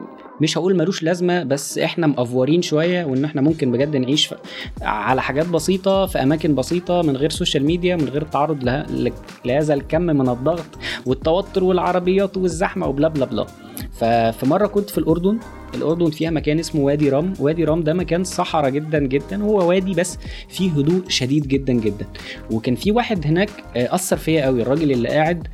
مش هقول ملوش لازمه، بس احنا مأفورين شويه، وان احنا ممكن بجد نعيش على حاجات بسيطه في اماكن بسيطه من غير سوشيال ميديا، من غير التعرض لهذا الكم من الضغط والتوتر والعربيات والزحمه وبلا بلا بلا. ففي مره كنت في الاردن. الاردن فيها مكان اسمه وادي رام. وادي رام ده مكان صحراء جدا جدا، هو وادي بس فيه هدوء شديد جدا جدا. وكان في واحد هناك اثر فيا قوي، الراجل اللي قاعد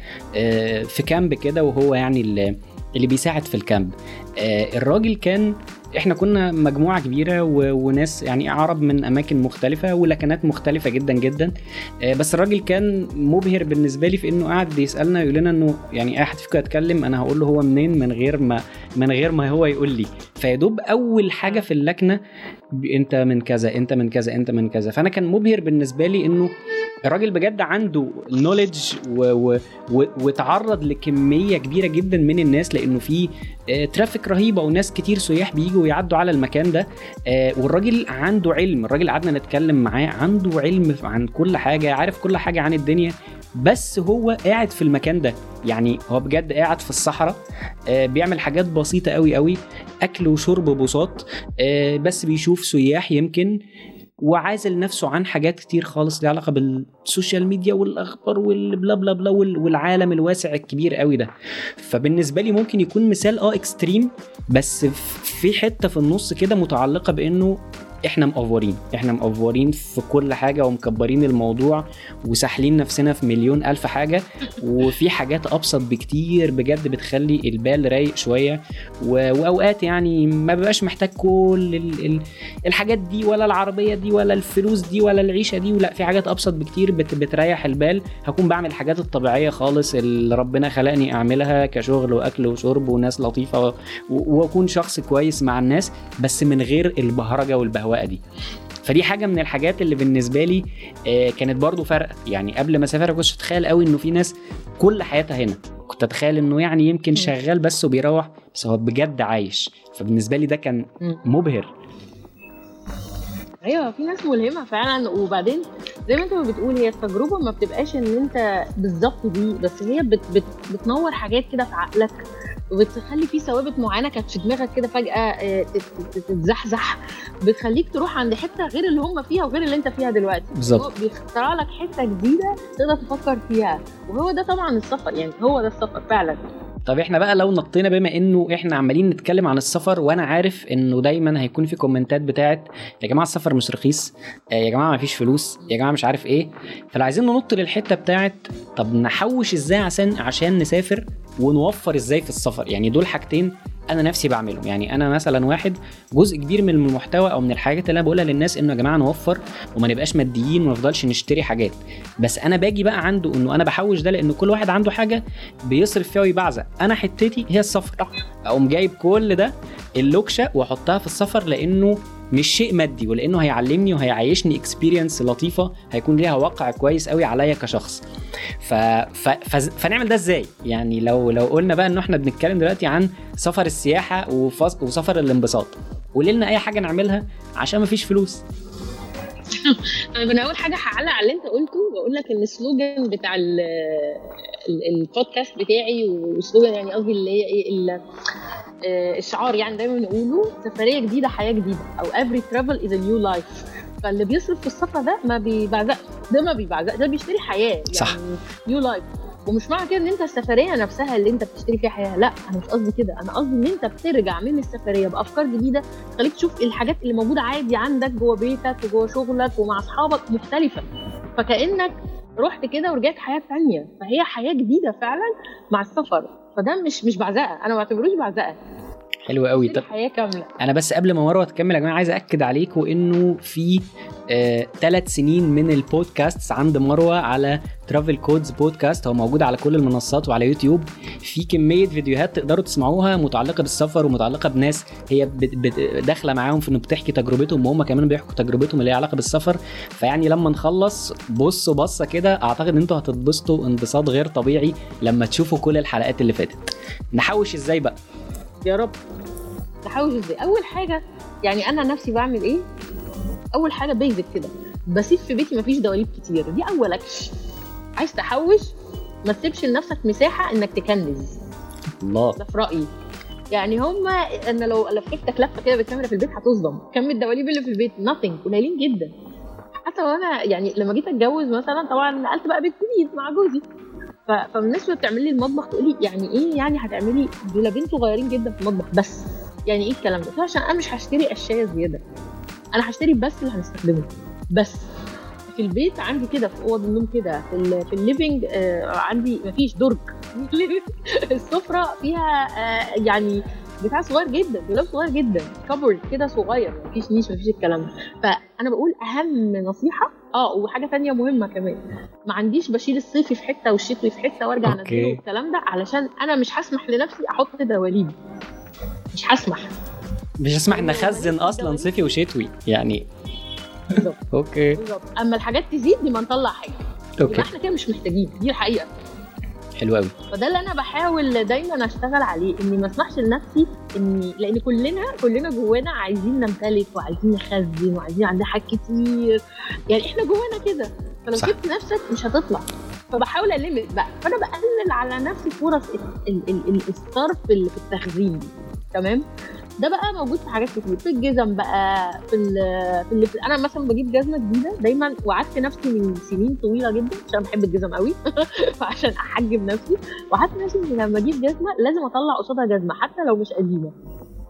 في كامب كده، وهو يعني اللي اللي بيساعد في الكامب. الراجل كان احنا كنا مجموعة كبيرة وناس يعني عرب من اماكن مختلفة ولكنات مختلفة جدا جدا، بس الراجل كان مبهر بالنسبة لي في انه قاعد يسألنا يقول لنا انه يعني اي حد فيكم يتكلم انا هقول له هو منين من غير ما من غير ما هو يقول لي. فيدوب اول حاجة في اللكنة انت من كذا انت من كذا انت من كذا. فانا كان مبهر بالنسبة لي انه الراجل بجد عنده نوليدج وتعرض لكمية كبيرة جدا من الناس، لانه في ترافيك رهيبة وناس كتير سياح بييجوا ويعدوا على المكان ده. والراجل عنده علم، الراجل قعدنا نتكلم معاه عنده علم عن كل حاجة، عارف كل حاجة عن الدنيا، بس هو قاعد في المكان ده. يعني هو بجد قاعد في الصحراء بيعمل حاجات بسيطة قوي قوي، أكل وشرب بساط، بس بيشوف سياح يمكن، وعازل نفسه عن حاجات كتير خالص لها علاقة بالسوشيال ميديا والأخبار والبلا بلا بلا والعالم الواسع الكبير قوي ده. فبالنسبة لي ممكن يكون مثال اه اكستريم، بس في حتة في النص كده متعلقة بأنه احنا مقفورين احنا مقفورين في كل حاجه ومكبرين الموضوع وساحلين نفسنا في مليون الف حاجه، وفي حاجات ابسط بكتير بجد بتخلي البال رايق شويه. واوقات يعني ما ببقاش محتاج كل ال... ال... الحاجات دي ولا العربيه دي ولا الفلوس دي ولا العيشه دي، ولا في حاجات ابسط بكتير بت... بتريح البال. هكون بعمل الحاجات الطبيعيه خالص اللي ربنا خلقني اعملها كشغل واكل وشرب وناس لطيفه و... واكون شخص كويس مع الناس، بس من غير البهرجه والبهوقه دي. فدي حاجه من الحاجات اللي بالنسبه لي كانت برضو فرق. يعني قبل ما اسافر كنتش اتخيل قوي انه في ناس كل حياتها هنا، كنت اتخيل انه يعني يمكن شغال بس وبيروح، بس هو بجد عايش. فبالنسبه لي ده كان مبهر. ايوه في ناس ملهمه فعلا. وبعدين زي ما انت بتقول هي التجربه ما بتبقاش ان انت بالظبط دي، بس هي بت بت بتنور حاجات كده في عقلك وبتخلي فيه ثوابت معينه كانت في دماغك كده فجاه تتزحزح، بتخليك تروح عند حته غير اللي هم فيها وغير اللي انت فيها دلوقتي. بالظبط بيخترع لك حته جديده تقدر تفكر فيها، وهو ده طبعا السفر. يعني هو ده السفر فعلا. طب احنا بقى لو نطينا، بما انه احنا عمالين نتكلم عن السفر وانا عارف انه دايما هيكون في كومنتات بتاعت يا جماعه السفر مش رخيص، يا جماعه ما فيش فلوس، يا جماعه مش عارف ايه، فلو عايزين ننط للحته بتاعت طب نحوش ازاي عشان عشان نسافر ونوفر ازاي في السفر. يعني دول حاجتين انا نفسي بعملهم. يعني انا مثلا واحد جزء كبير من المحتوى او من الحاجات اللي انا بقولها للناس انه يا جماعه نوفر وما نبقاش ماديين وما نفضلش نشتري حاجات، بس انا باجي بقى عنده انه انا بحوش ده لانه كل واحد عنده حاجه بيصرف فيها ويبعزق. انا حتتي هي السفر، اقوم جايب كل ده اللوكشه واحطها في السفر لانه مش شيء مادي، ولانه هيعلمني وهيعيشني اكسبيرينس لطيفه هيكون ليها واقع كويس قوي عليا كشخص. ف... ف... ف... فنعمل ده ازاي؟ يعني لو لو قلنا بقى انه احنا بنتكلم دلوقتي عن سفر السياحه وفص... وسفر الانبساط، قولي لنا اي حاجه نعملها عشان ما فيش فلوس. انا اول حاجه هعلق على اللي انت قلته واقول لك ان السلوجان بتاع ال... البودكاست بتاعي، والسلوجان يعني قصدي اللي هي ايه الشعار يعني دايما نقوله سفريه جديده حياه جديده، او every travel is a new life. فاللي بيصرف في السفر ده ما بيبعزقش، ده ما بيبعزق، ده بيشتري حياه يعني صح. new life. ومش معنى كده ان انت السفريه نفسها اللي انت بتشتري فيها حياه، لا انا مش قصدي كده. انا قصدي ان انت بترجع من السفريه بافكار جديده تخليك تشوف الحاجات اللي موجوده عادي عندك جوه بيتك وجوه شغلك ومع اصحابك مختلفه، فكانك رحت كده ورجعت حياه ثانيه. فهي حياه جديده فعلا مع السفر، فده مش مش بعزقه، انا ما بعتبروش بعزقه. حلو قوي. طب حياه كامله. انا بس قبل ما مروه تكمل يا جماعه عايز اكد عليكم انه في ثلاث آه سنين من البودكاست عند مروه على ترافل كودز بودكاست، هو موجود على كل المنصات وعلى يوتيوب. في كميه فيديوهات تقدروا تسمعوها متعلقه بالسفر ومتعلقه بناس هي داخله معاهم في انه بتحكي تجربتهم وهم كمان بيحكوا تجربتهم اللي ليها علاقه بالسفر. فيعني لما نخلص بصوا بصه كده اعتقد ان انتوا هتتبسطوا انبساط غير طبيعي لما تشوفوا كل الحلقات اللي فاتت. نحوش ازاي بقى يا رب؟ تحوش ازاي؟ اول حاجه يعني انا نفسي بعمل ايه؟ اول حاجه بيزك كده، بسيب في بيتي مفيش دواليب كتير، دي اول اكشن. عايز تحوش ما تسيبش لنفسك مساحه انك تكنز. الله، ده في رايي. يعني هما انا لو لففتك لفه كده بالكاميرا في البيت هتصدم كم الدواليب اللي في البيت، nothing، قليلين جدا. حتى وانا يعني لما جيت اتجوز مثلا طبعا نقلت بقى بيت جديد مع جوزي، فالناس بتعمل لي المطبخ تقول لي يعني ايه يعني هتعملي دولابين صغيرين جدا في المطبخ بس؟ يعني ايه الكلام ده؟ عشان انا مش هشتري اشياء زياده، انا هشتري بس اللي هنستخدمه بس. في البيت عندي كده في اوضه النوم كده في في الليفينج آه عندي مفيش درج السفره فيها آه يعني بتاع صغير جدا، دولاب صغير جدا، كابورد كده صغير، مفيش نيش مفيش الكلام ده. فانا بقول اهم نصيحه اه وحاجه تانية مهمه كمان، ما عنديش بشيل الصيفي في حته والشتوي في حته وارجع انزله والكلام ده، علشان انا مش هسمح لنفسي احط دواليب، مش هسمح مش هسمح نخزن اصلا صيفي وشتوي يعني. بالظبط. اوكي بالظبط. اما الحاجات تزيد دي ما نطلع حاجه، يبقى احنا كده مش محتاجين، دي الحقيقه. حلو قوي. فده اللي انا بحاول دايما اشتغل عليه، اني ما اسمحش لنفسي اني، لان كلنا كلنا جوانا عايزين نمتلك وعايزين نخزن وعايزين عندنا حاجات كتير، يعني احنا جوانا كده، فلو سبت نفسك مش هتطلع. فبحاول ألمت بقى، فانا بقلل على نفسي فرص الصرف اللي في التخزين دي. تمام. ده بقى موجود في حاجات كتير، في الجزم بقى، في ال في اللي انا مثلا بجيب جزمه جديده دايما، وعدت نفسي من سنين طويله جدا عشان بحب الجزم قوي فعشان احجم نفسي، وعدت نفسي ان لما اجيب جزمه لازم اطلع قصادها جزمه حتى لو مش قديمه.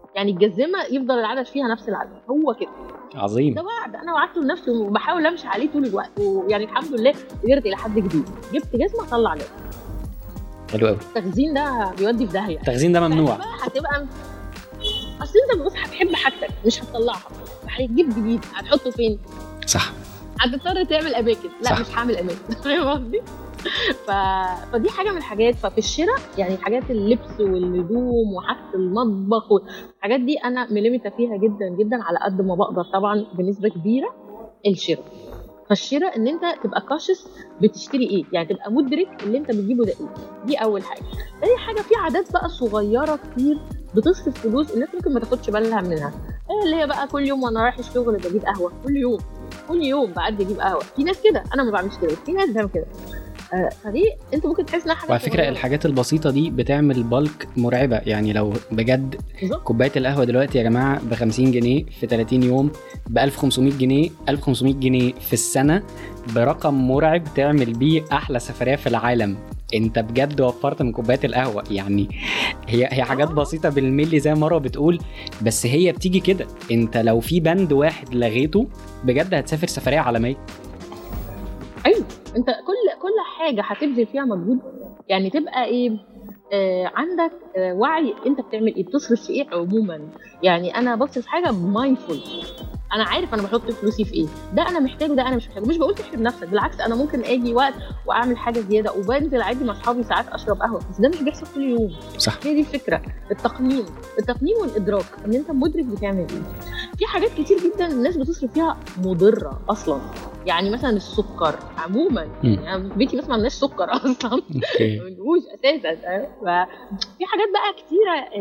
يعني الجزمه يفضل العدد فيها نفس العدد، هو كده عظيم. ده وعد انا وعدته لنفسي وبحاول امشي عليه طول الوقت، ويعني الحمد لله قدرت الى حد كبير. جبت جزمه اطلع عليها. حلو قوي. التخزين ده بيودي في داهيه. التخزين ده ممنوع. هتبقى اصل انت بص هتحب حاجتك مش هتطلعها، هتجيب جديد هتحطه فين؟ صح. هتضطر تعمل اماكن. لا صح. مش هعمل اماكن. فاهم قصدي؟ ف... فدي حاجه من الحاجات. ففي الشراء يعني حاجات اللبس والهدوم وحاجه المطبخ والحاجات دي انا ملمته فيها جدا جدا على قد ما بقدر طبعا بنسبه كبيره. الشراء فالشراء ان انت تبقى كاشس بتشتري ايه، يعني تبقى مدرك اللي انت بتجيبه ده ايه. دي اول حاجه. تاني حاجه في عادات بقى صغيره كتير بتصرف فلوس الناس ممكن ما تاخدش بالها منها، اللي هي بقى كل يوم وانا رايح الشغل بجيب قهوه، كل يوم كل يوم بعد اجيب قهوه. في ناس كده، انا ما بعملش كده، في ناس بتعمل كده. آه فدي انت ممكن تحس انها حاجه. وعلى فكره الحاجات البسيطه دي بتعمل بالك مرعبه. يعني لو بجد كوبايه القهوه دلوقتي يا جماعه ب خمسين جنيه في ثلاثين يوم ب ألف وخمسمية جنيه، ألف وخمسمية جنيه في السنه، برقم مرعب تعمل بيه احلى سفريه في العالم. انت بجد وفرت من كوبايه القهوه. يعني هي هي حاجات بسيطه بالملي زي ما مروه بتقول، بس هي بتيجي كده. انت لو في بند واحد لغيته بجد هتسافر سفريه عالميه. ايوه انت كل كل حاجه هتبذل فيها مجهود، يعني تبقى ايه آه عندك آه وعي انت بتعمل ايه، بتصرف في ايه عموما. يعني انا بصرف حاجه مايندفول، انا عارف انا بحط فلوسي في ايه، ده انا محتاجه ده انا مش محتاجه. مش بقول تحرم نفسك، بالعكس انا ممكن اجي وقت واعمل حاجه زياده وبنزل عادي مع اصحابي ساعات اشرب قهوه، بس ده مش بيحصل كل يوم. صح. هي دي الفكره، التقنين التقنين والادراك ان انت مدرك بتعمل ايه. في حاجات كتير جدا الناس بتصرف فيها مضره اصلا، يعني مثلا السكر عموما، يعني بيتي مثلا ما عندناش سكر اصلا ما بنقولش اساسا. ففي حاجات بقى كتيره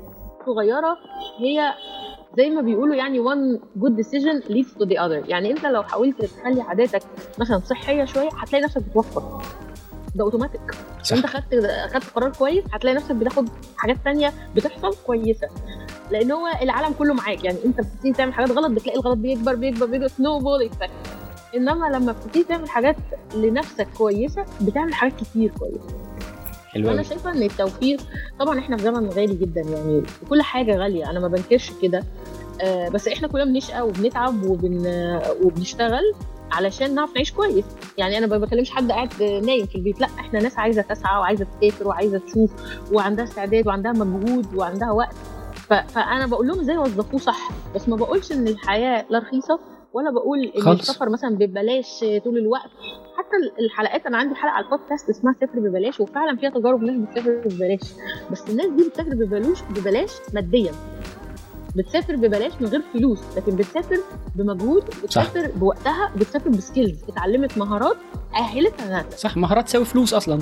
صغيره هي زي ما بيقولوا يعني one good decision leads to the other. يعني انت لو حاولت تخلي عاداتك مثلا صحيه شويه هتلاقي نفسك بتوفر، ده اوتوماتيك. انت خدت خدت قرار كويس هتلاقي نفسك بتاخد حاجات تانية بتحصل كويسه، لان هو العالم كله معاك. يعني انت بتبتدي تعمل حاجات غلط بتلاقي الغلط بيكبر بيكبر بيكبر سنو بول ايفكت. انما لما بتبتدي تعمل حاجات لنفسك كويسه بتعمل حاجات كتير كويسه. انا شايفه ان التوفير طبعا احنا في زمن غالي جدا، يعني كل حاجه غاليه انا ما بنكرش كده، آه بس احنا كلنا بنشقى وبنتعب وبن وبنشتغل علشان نعرف نعيش كويس. يعني انا ما بكلمش حد قاعد نايم في البيت، لا احنا ناس عايزه تسعى وعايزه تسافر وعايزه تشوف وعندها استعداد وعندها مجهود وعندها وقت. فانا بقول لهم ازاي يوظفوه صح، بس ما بقولش ان الحياه لا رخيصه ولا بقول ان خلص. السفر مثلا ببلاش طول الوقت. حتى الحلقات انا عندي حلقه على البودكاست اسمها سافر ببلاش، وفعلا فيها تجارب ناس بتسافر ببلاش، بس الناس دي بتسافر ببلاش ببلاش ماديا، بتسافر ببلاش من غير فلوس، لكن بتسافر بمجهود، بتسافر صح. بوقتها، بتسافر بسكيلز، اتعلمت مهارات اهلتها انها صح. مهارات تساوي فلوس اصلا.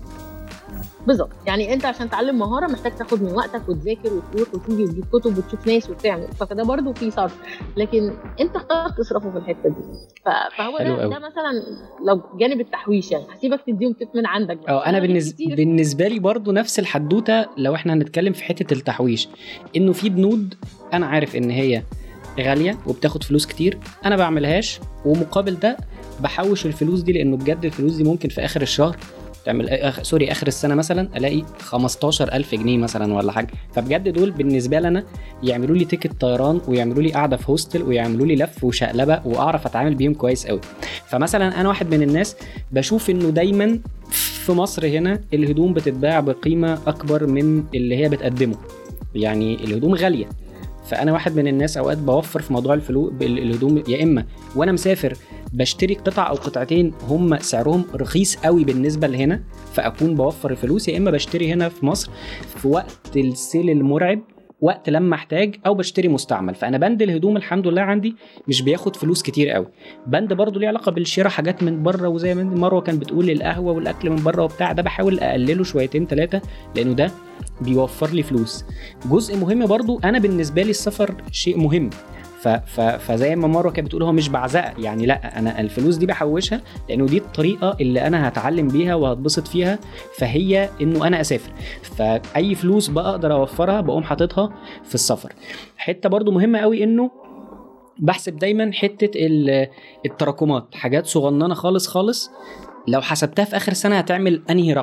بالظبط. يعني انت عشان تعلم مهاره محتاج تاخد من وقتك وتذاكر وتروح وتيجي وتجيب كتب وتشوف ناس وتعمل، فده برضو في صرف، لكن انت اخترت تصرفه في الحته دي. فهو ده, ده مثلا لو جانب التحويش، يعني هسيبك تديهم تip من عندك. اه انا بالنسبه بالنسبه لي برضو نفس الحدوته. لو احنا هنتكلم في حته التحويش، انه في بنود انا عارف ان هي غاليه وبتاخد فلوس كتير، انا بعملهاش، ومقابل ده بحوش الفلوس دي، لانه بجد الفلوس دي ممكن في اخر الشهر تعمل أخ... سوري اخر السنه مثلا الاقي خمستاشر ألف جنيه مثلا ولا حاجه. فبجد دول بالنسبه لنا يعملوا لي تيكت طيران ويعملوا لي قاعده في هوستل ويعملوا لي لف وشقلبه واعرف اتعامل بيهم كويس قوي. فمثلا انا واحد من الناس بشوف انه دايما في مصر هنا الهدوم بتتباع بقيمه اكبر من اللي هي بتقدمه، يعني الهدوم غاليه. فانا واحد من الناس اوقات بوفر في موضوع الفلوس الهدوم، يا اما وانا مسافر بشتري قطع او قطعتين هم سعرهم رخيص قوي بالنسبه لهنا فاكون بوفر الفلوس، يا اما بشتري هنا في مصر في وقت السيل المرعب، وقت لما احتاج، او بشتري مستعمل. فانا بند الهدوم الحمد لله عندي مش بياخد فلوس كتير قوي. بند برضو ليه علاقه بالشراء حاجات من بره، وزي ما مروه كان بتقول القهوه والاكل من بره وبتاع، ده بحاول اقلله شويتين ثلاثه لانه ده بيوفر لي فلوس. جزء مهم برضو انا بالنسبه لي السفر شيء مهم، ف ف فزي ما مروه كانت بتقول هو مش بعزقه، يعني لا انا الفلوس دي بحوشها لانه دي الطريقه اللي انا هتعلم بيها وهتبسط فيها، فهي انه انا اسافر، فاي فلوس بقدر اوفرها بقوم حاططها في السفر. حته برضو مهمه قوي انه بحسب دايما حته التراكمات، حاجات صغننه خالص خالص لو حسبتها في اخر سنه هتعمل انهي رقم.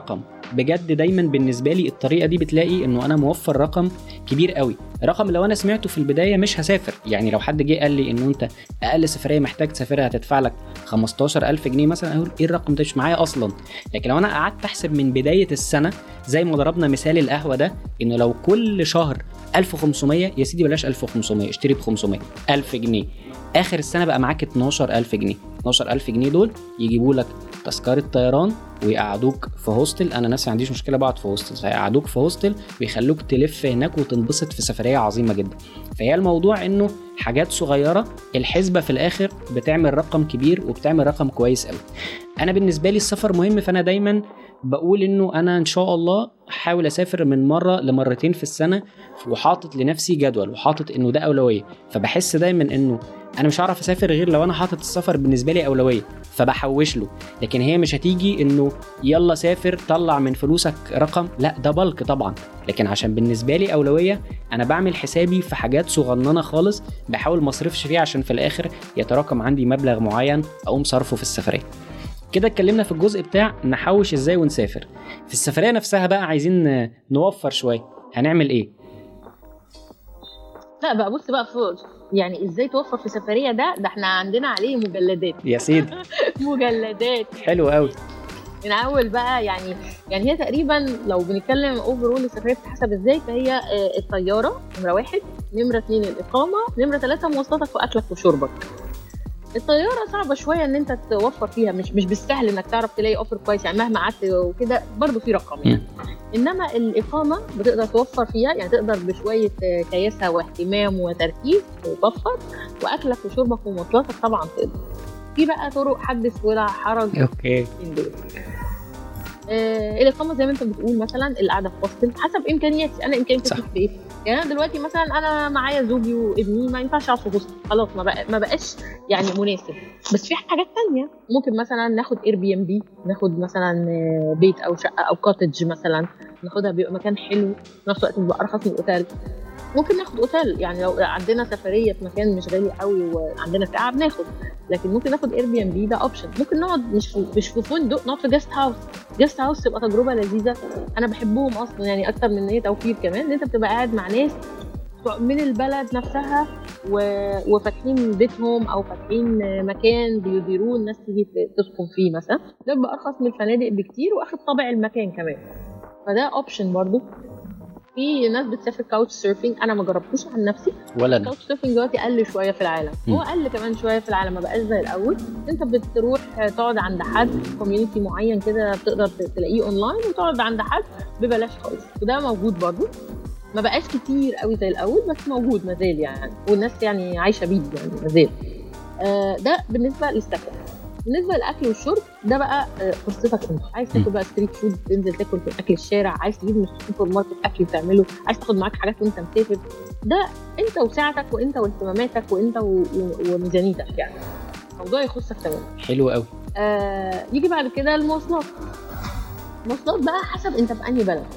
بجد دايما بالنسبه لي الطريقه دي بتلاقي انه انا موفر رقم كبير قوي. رقم لو انا سمعته في البدايه مش هسافر، يعني لو حد جه قال لي انه انت اقل سفريه محتاج تسافرها هتدفع لك خمستاشر ألف جنيه مثلا، اقول ايه الرقم ده مش معايا اصلا. لكن لو انا قعدت احسب من بدايه السنه زي ما ضربنا مثال القهوه ده، انه لو كل شهر ألف وخمسمية، يا سيدي بلاش ألف وخمسمية، اشتري ب خمسمية ألف جنيه، اخر السنه بقى معاك اتناشر ألف جنيه. اتناشر ألف جنيه دول يجيبوا لك تذكره طيران ويقعدوك في هوستل. انا نفسي ما عنديش مشكله بقعد في هوستل، هيقعدوك في هوستل ويخلوك تلف هناك وتنبسط في سفريه عظيمه جدا. فهي الموضوع انه حاجات صغيره الحسبه في الاخر بتعمل رقم كبير وبتعمل رقم كويس قوي. انا بالنسبه لي السفر مهم، فانا دايما بقول انه انا ان شاء الله احاول اسافر من مره لمرتين في السنه، وحاطط لنفسي جدول وحاطط انه ده اولويه. فبحس دايما انه انا مش هعرف اسافر غير لو انا حاطط السفر بالنسبه لي اولويه، فبحوش له. لكن هي مش هتيجي انه يلا سافر طلع من فلوسك رقم، لا ده بلك طبعا. لكن عشان بالنسبه لي اولويه، انا بعمل حسابي في حاجات صغننه خالص بحاول ما اصرفش فيها عشان في الاخر يتراكم عندي مبلغ معين اقوم صرفه في السفريه. كده اتكلمنا في الجزء بتاع نحوش ازاي ونسافر. في السفريه نفسها بقى عايزين نوفر شويه، هنعمل ايه؟ لا بقى بص بقى فوز، يعني ازاي توفر في سفريه، ده ده احنا عندنا عليه مجلدات يا سيدي. مجلدات حلو قوي. من اول بقى يعني يعني هي تقريبا لو بنتكلم اوفرول السفريه بتتحسب ازاي، فهي الطياره نمره واحد، نمره اتنين الاقامه، نمره ثلاثه مواصلاتك واكلك وشربك. الطياره صعبه شويه ان انت توفر فيها، مش مش بالسهل انك تعرف تلاقي اوفر كويس، يعني مهما قعدت وكده برضو في رقم يعني. انما الاقامه بتقدر توفر فيها، يعني تقدر بشويه كياسه واهتمام وتركيز توفر، واكلك وشربك ومواصلاتك طبعا تقدر. في بقى طرق حدث ولا حرج. اوكي. آه الاقامه زي ما انت بتقول، مثلا القعده في هوستل حسب امكانياتي انا، امكانياتي في ايه. يعني انا دلوقتي مثلا انا معايا زوجي وابني، ما ينفعش اقعد في هوستل، خلاص ما بقى ما بقاش يعني مناسب. بس في حاجات تانية ممكن مثلا ناخد اير بي ام بي، ناخد مثلا بيت او شقه او كوتج مثلا، ناخدها بيبقى مكان حلو في نفس الوقت بيبقى ارخص من الاوتيل. ممكن ناخد اوتيل، يعني لو عندنا سفريه في مكان مش غالي قوي وعندنا ساعه بناخد. لكن ممكن ناخد اير بي ام بي، ده اوبشن. ممكن نقعد مش في مش في فندق، نقعد في جيست هاوس. جيست هاوس تبقى تجربه لذيذه، انا بحبهم اصلا يعني اكتر من ان هي توفير كمان، ان انت بتبقى قاعد مع ناس من البلد نفسها وفاتحين بيتهم او فاتحين مكان بيديروه الناس تيجي تسكن فيه مثلا. ده بيبقى ارخص من الفنادق بكتير واخد طابع المكان كمان، فده اوبشن برضو. في ناس بتسافر كاوتش سيرفينج، انا ما جربتوش عن نفسي ولا انا. الكاوتش سيرفينج دلوقتي قل شويه في العالم، م. هو قل كمان شويه في العالم، ما بقاش زي الاول. انت بتروح تقعد عند حد كوميونتي معين كده، بتقدر تلاقيه اونلاين وتقعد عند حد ببلاش خالص، وده موجود برضو. ما بقاش كتير قوي زي الاول بس موجود مازال يعني، والناس يعني عايشه بيه يعني مازال. آه ده بالنسبه للسكن. بالنسبه للاكل والشرب ده بقى قصتك انت. عايز تاكل بقى ستريت فود، تنزل تاكل في اكل الشارع، عايز تجيب من السوبر ماركت اكل تعمله، عايز تاخد معاك حاجات وانت مسافر، ده انت وساعتك وانت واهتماماتك وانت وميزانيتك، يعني الموضوع يخصك تماما. حلو قوي. آه يجي بعد كده المواصلات. المواصلات بقى حسب انت في انهي بلد.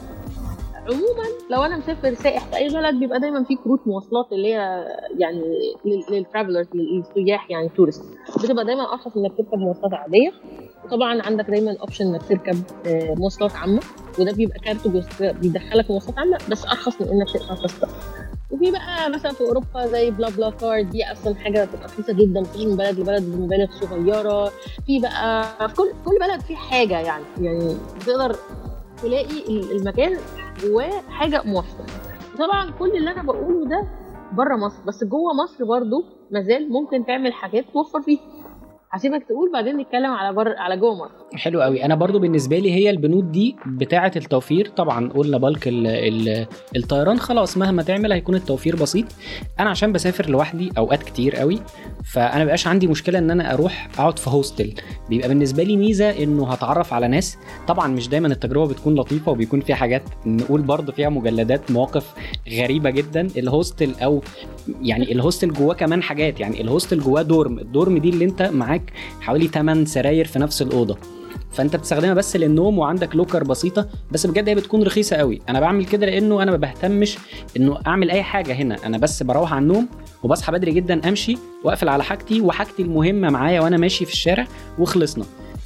عموما لو انا مسافر سائح في اي بلد بيبقى دايما في كروت مواصلات اللي هي يعني للترافلرز، للسياح يعني تورست، بتبقى دايما ارخص انك تركب مواصلات عاديه. وطبعا عندك دايما اوبشن انك تركب مواصلات عامه، وده بيبقى كارت بيدخلك مواصلات عامه بس ارخص من انك تدفع تذكره. وفي بقى مثلا في اوروبا زي بلا بلا كارد، دي اصلا حاجه بتبقى رخيصه جدا، بتيجي من بلد لبلد بمبالغ صغيره. في بقى في كل كل بلد في حاجه يعني يعني تقدر تلاقي المكان جواه حاجه موفره. طبعا كل اللي انا بقوله ده بره مصر، بس جوه مصر برضو مازال ممكن تعمل حاجات توفر فيها. هسيبك تقول بعدين نتكلم على بر... على جوه مصر. حلو قوي. انا برضو بالنسبه لي هي البنود دي بتاعه التوفير. طبعا قلنا بالك ال... ال... الطيران خلاص مهما تعمل هيكون التوفير بسيط. انا عشان بسافر لوحدي اوقات كتير قوي، فانا مبقاش عندي مشكله ان انا اروح اقعد في هوستل. بيبقى بالنسبه لي ميزه انه هتعرف على ناس. طبعا مش دايما التجربه بتكون لطيفه، وبيكون في حاجات نقول برضو فيها مجلدات مواقف غريبه جدا. الهوستل او يعني الهوستل جواه كمان حاجات، يعني الهوستل جواه دورم. الدورم دي اللي انت معاك حوالي ثمانية سراير في نفس الأوضة، فانت بتستخدمها بس للنوم وعندك لوكر بسيطة، بس بجد هي بتكون رخيصة قوي. انا بعمل كده لانه انا ما بهتمش انه اعمل اي حاجة هنا، انا بس بروح على النوم وبصحى بدري جدا امشي واقفل على حاجتي وحاجتي المهمة معايا وانا ماشي في الشارع وخلصنا.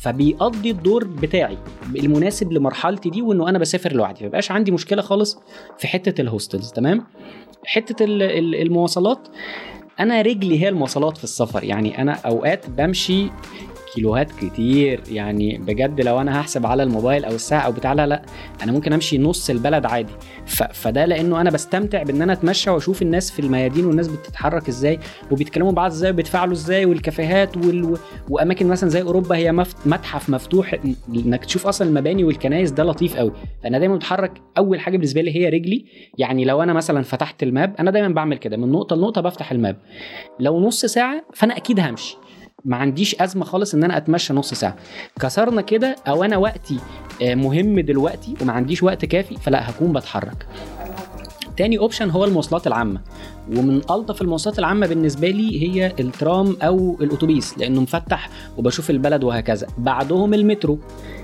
فبيقضي الدور بتاعي المناسب لمرحلتي دي، وانه انا بسافر لوحدي فمبقاش عندي مشكله خالص في حته الهوستلز. تمام. حته المواصلات، انا رجلي هي المواصلات في السفر. يعني انا اوقات بمشي كيلوهات كتير، يعني بجد لو انا هحسب على الموبايل او الساعه او بتاع، لا لا انا ممكن امشي نص البلد عادي. فده لانه انا بستمتع بان انا اتمشى واشوف الناس في الميادين والناس بتتحرك ازاي وبيتكلموا بعض ازاي وبيتفاعلوا ازاي، والكافيهات وال... واماكن مثلا زي اوروبا هي مف... متحف مفتوح انك تشوف اصلا المباني والكنائس، ده لطيف قوي. فانا دايما بتحرك، اول حاجه بالنسبه لي هي رجلي. يعني لو انا مثلا فتحت الماب، انا دايما بعمل كده من نقطه لنقطه بفتح الماب، لو نص ساعه فانا اكيد همشي، ما عنديش أزمة خالص إن أنا أتمشى نص ساعة. كسرنا كده أو أنا وقتي مهم دلوقتي وما عنديش وقت كافي، فلا هكون بتحرك. تاني أوبشن هو المواصلات العامة، ومن ألطف المواصلات العامة بالنسبة لي هي الترام أو الأوتوبيس لأنه مفتح وبشوف البلد وهكذا. بعدهم المترو.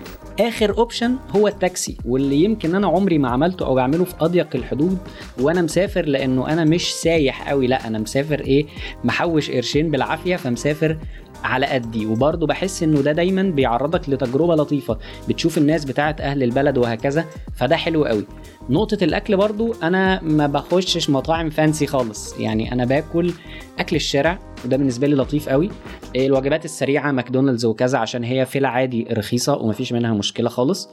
اخر اوبشن هو التاكسي، واللي يمكن انا عمري ما عملته او بعمله في اضيق الحدود وانا مسافر، لانه انا مش سايح قوي، لا انا مسافر ايه، محوش قرشين بالعافيه، فمسافر على قدي. وبرضه بحس انه ده دايما بيعرضك لتجربه لطيفه، بتشوف الناس بتاعت اهل البلد وهكذا، فده حلو قوي. نقطه الاكل برضه، انا ما بخشش مطاعم فانسي خالص، يعني انا باكل اكل الشارع وده بالنسبه لي لطيف قوي. الوجبات السريعه ماكدونالدز وكذا عشان هي في العادي رخيصه ومفيش منها مشكله خالص،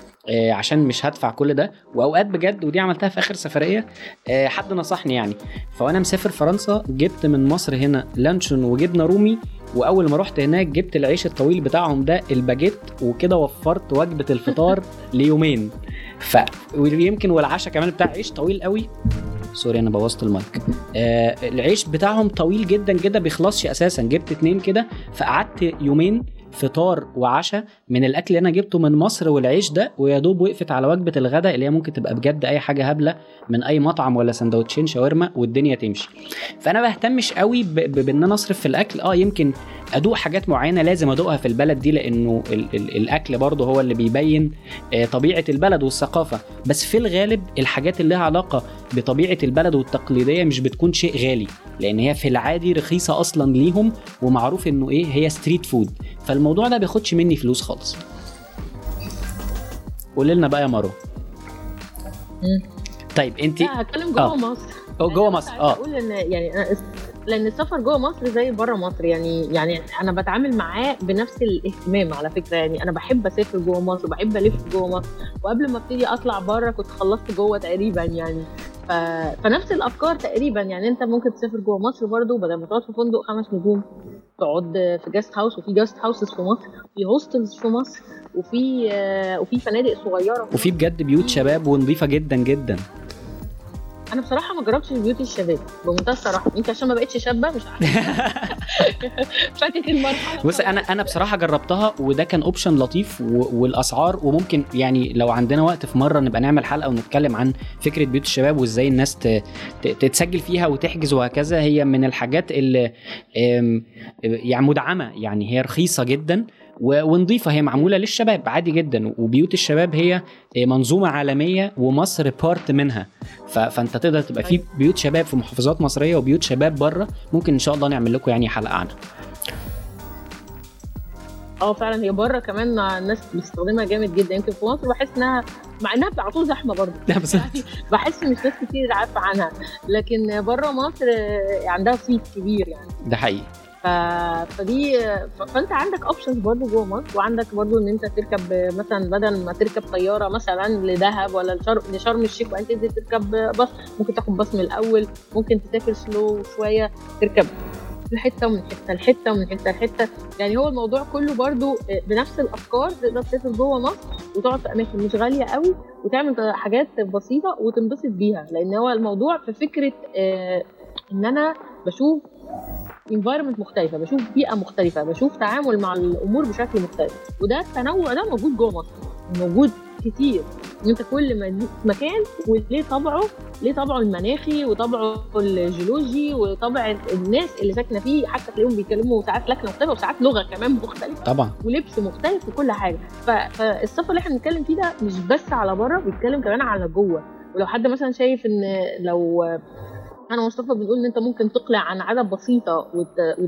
عشان مش هدفع كل ده. واوقات بجد، ودي عملتها في اخر سفريه، حد نصحني يعني، فانا مسافر فرنسا جبت من مصر هنا لانشون وجبنه رومي، واول ما رحت هناك جبت العيش الطويل بتاعهم ده الباجيت، وكده وفرت وجبه الفطار ليومين. ف ويمكن والعشاء كمان بتاع عيش طويل قوي. سوري انا بوظت المايك. آه العيش بتاعهم طويل جدا جدا بيخلصش اساسا، جبت اتنين كده، فقعدت يومين فطار وعشاء من الاكل اللي انا جبته من مصر والعيش ده، ويا دوب وقفت على وجبه الغداء اللي هي ممكن تبقى بجد اي حاجه هبله من اي مطعم ولا سندوتشين شاورما والدنيا تمشي. فانا بهتمش قوي بان انا اصرف في الاكل. اه يمكن ادوق حاجات معينه لازم ادوقها في البلد دي، لانه ال ال الاكل برضه هو اللي بيبين آه طبيعه البلد والثقافه، بس في الغالب الحاجات اللي لها علاقه بطبيعه البلد والتقليديه مش بتكون شيء غالي، لان هي في العادي رخيصه اصلا ليهم، ومعروف انه ايه هي ستريت فود، فالموضوع ده بياخدش مني فلوس خالص. قولي لنا بقى يا مارو. طيب انت هتكلم جوه آه. مصر او جوه مصر اه اقول ان يعني أنا لان السفر جوه مصر زي بره مصر، يعني يعني انا بتعامل معاه بنفس الاهتمام على فكره. يعني انا بحب اسافر جوه مصر وبحب الف جوه مصر، وقبل ما ابتدي اطلع بره كنت خلصت جوه تقريبا يعني. ف... فنفس الافكار تقريبا. يعني انت ممكن تسافر جوه مصر برضو، بدل ما تقعد في فندق خمس نجوم تقعد في جاست هاوس، وفي جاست هاوسز في مصر، في هوستلز في مصر، وفي وفي فنادق صغيره، وفي بجد بيوت شباب ونظيفه جدا جدا. انا بصراحه ما جربتش بيوت الشباب بمنتهى الصراحه، يمكن عشان ما بقتش شابه مش عارفه. فاتت المرحله. بص انا انا بصراحه جربتها وده كان اوبشن لطيف، والاسعار، وممكن يعني لو عندنا وقت في مره نبقى نعمل حلقه ونتكلم عن فكره بيوت الشباب وازاي الناس تتسجل فيها وتحجز وهكذا. هي من الحاجات اللي يعني مدعمه، يعني هي رخيصه جدا ونظيفه، هي معموله للشباب عادي جدا. وبيوت الشباب هي منظومه عالميه ومصر بارت منها، فانت تقدر تبقى في بيوت شباب في محافظات مصريه وبيوت شباب بره، ممكن ان شاء الله نعمل لكم يعني حلقه عنها. اه فعلا هي بره كمان الناس بتستخدمها جامد جدا، يمكن في مصر بحس انها مع انها على طول زحمه برضه يعني بحس مش ناس كتير عارفه عنها، لكن بره مصر عندها صيت كبير يعني. ده حقيقي. ف... فدي ف... فانت عندك اوبشنز برضه جوه مصر، وعندك برضه ان انت تركب مثلا بدل ما تركب طياره مثلا لدهب ولا لشرم لشرم الشيخ وانت تنزل تركب باص، ممكن تاخد باص من الاول، ممكن تسافر سلو شويه تركب لحته ومن حته لحته ومن حته لحته. يعني هو الموضوع كله برضو بنفس الافكار، تقدر تسافر جوه مصر وتقعد في اماكن مش غاليه قوي وتعمل حاجات بسيطه وتنبسط بيها، لان هو الموضوع في فكره ان انا بشوف environment مختلفه، بشوف بيئه مختلفه، بشوف تعامل مع الامور بشكل مختلف. وده التنوع ده موجود جوه مصر، موجود كتير. انت كل مكان وليه طبعه، ليه طبعه المناخي وطبعه الجيولوجي وطبع الناس اللي ساكنه فيه، حتى تلاقيهم بيتكلموا ساعات لكنه مختلفه وساعات لغه كمان مختلفه طبعا، ولبس مختلف وكل حاجه. فالسفر اللي احنا بنتكلم فيه ده مش بس على بره، بيتكلم كمان على جوه. ولو حد مثلا شايف ان لو انا مصطفى بنقول ان انت ممكن تقلع عن عادة بسيطه وت...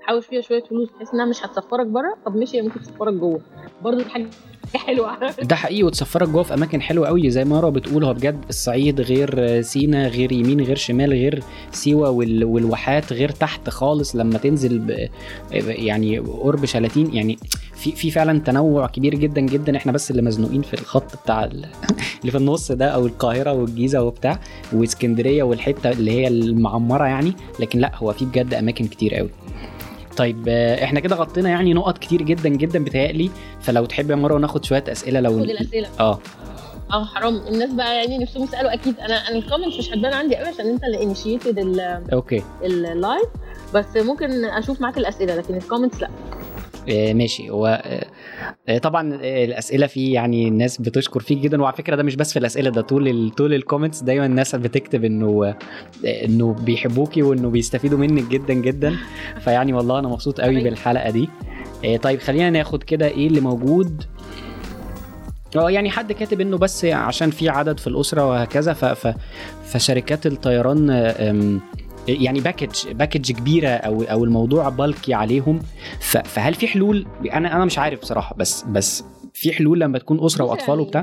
وتحوش فيها شويه فلوس بحيث انها مش هتسفرك بره، طب ماشي ممكن تسفرك جوه برضه، دي حاجه حلوه. ده حقيقي، وتسفرك جوه في اماكن حلوه قوي زي ما مروه بتقول. هو بجد الصعيد غير سينا، غير يمين غير شمال، غير سيوه والواحات، غير تحت خالص لما تنزل ب... يعني قرب شلاتين. يعني في في فعلا تنوع كبير جدا جدا. احنا بس اللي مزنوقين في الخط بتاع ال... اللي في النص ده، او القاهره والجيزه وبتاع واسكندريه والحته اللي هي المعمره يعني. لكن لا، هو في بجد اماكن كتير قوي. طيب احنا كده غطينا يعني نقط كتير جدا جدا بتهيألي. فلو تحب يا مروه ناخد شويه اسئله. لو خد الاسئله. اه اه حرام الناس بقى يعني نفسهم يسالوا اكيد. انا انا الكومنتس مش هتبان عندي قوي عشان انت اللي انيشيتد ال اوكي اللايف، بس ممكن اشوف معاك الاسئله لكن الكومنتس لا. ماشي. هو طبعا الاسئله فيه يعني الناس بتشكر فيك جدا، وعلى فكره ده مش بس في الاسئله، ده طول ال طول الكومنتس دايما الناس بتكتب انه انه بيحبوكي وانه بيستفيدوا منك جدا جدا. فيعني والله انا مبسوط قوي بالحلقه دي. طيب خلينا ناخد كده ايه اللي موجود. اه يعني حد كاتب انه بس عشان في عدد في الاسره وهكذا، ف فشركات الطيران يعني باكج باكج كبيره او او الموضوع بالكي عليهم. فهل في حلول؟ انا انا مش عارف بصراحه، بس بس في حلول لما تكون اسره واطفال وبتاع؟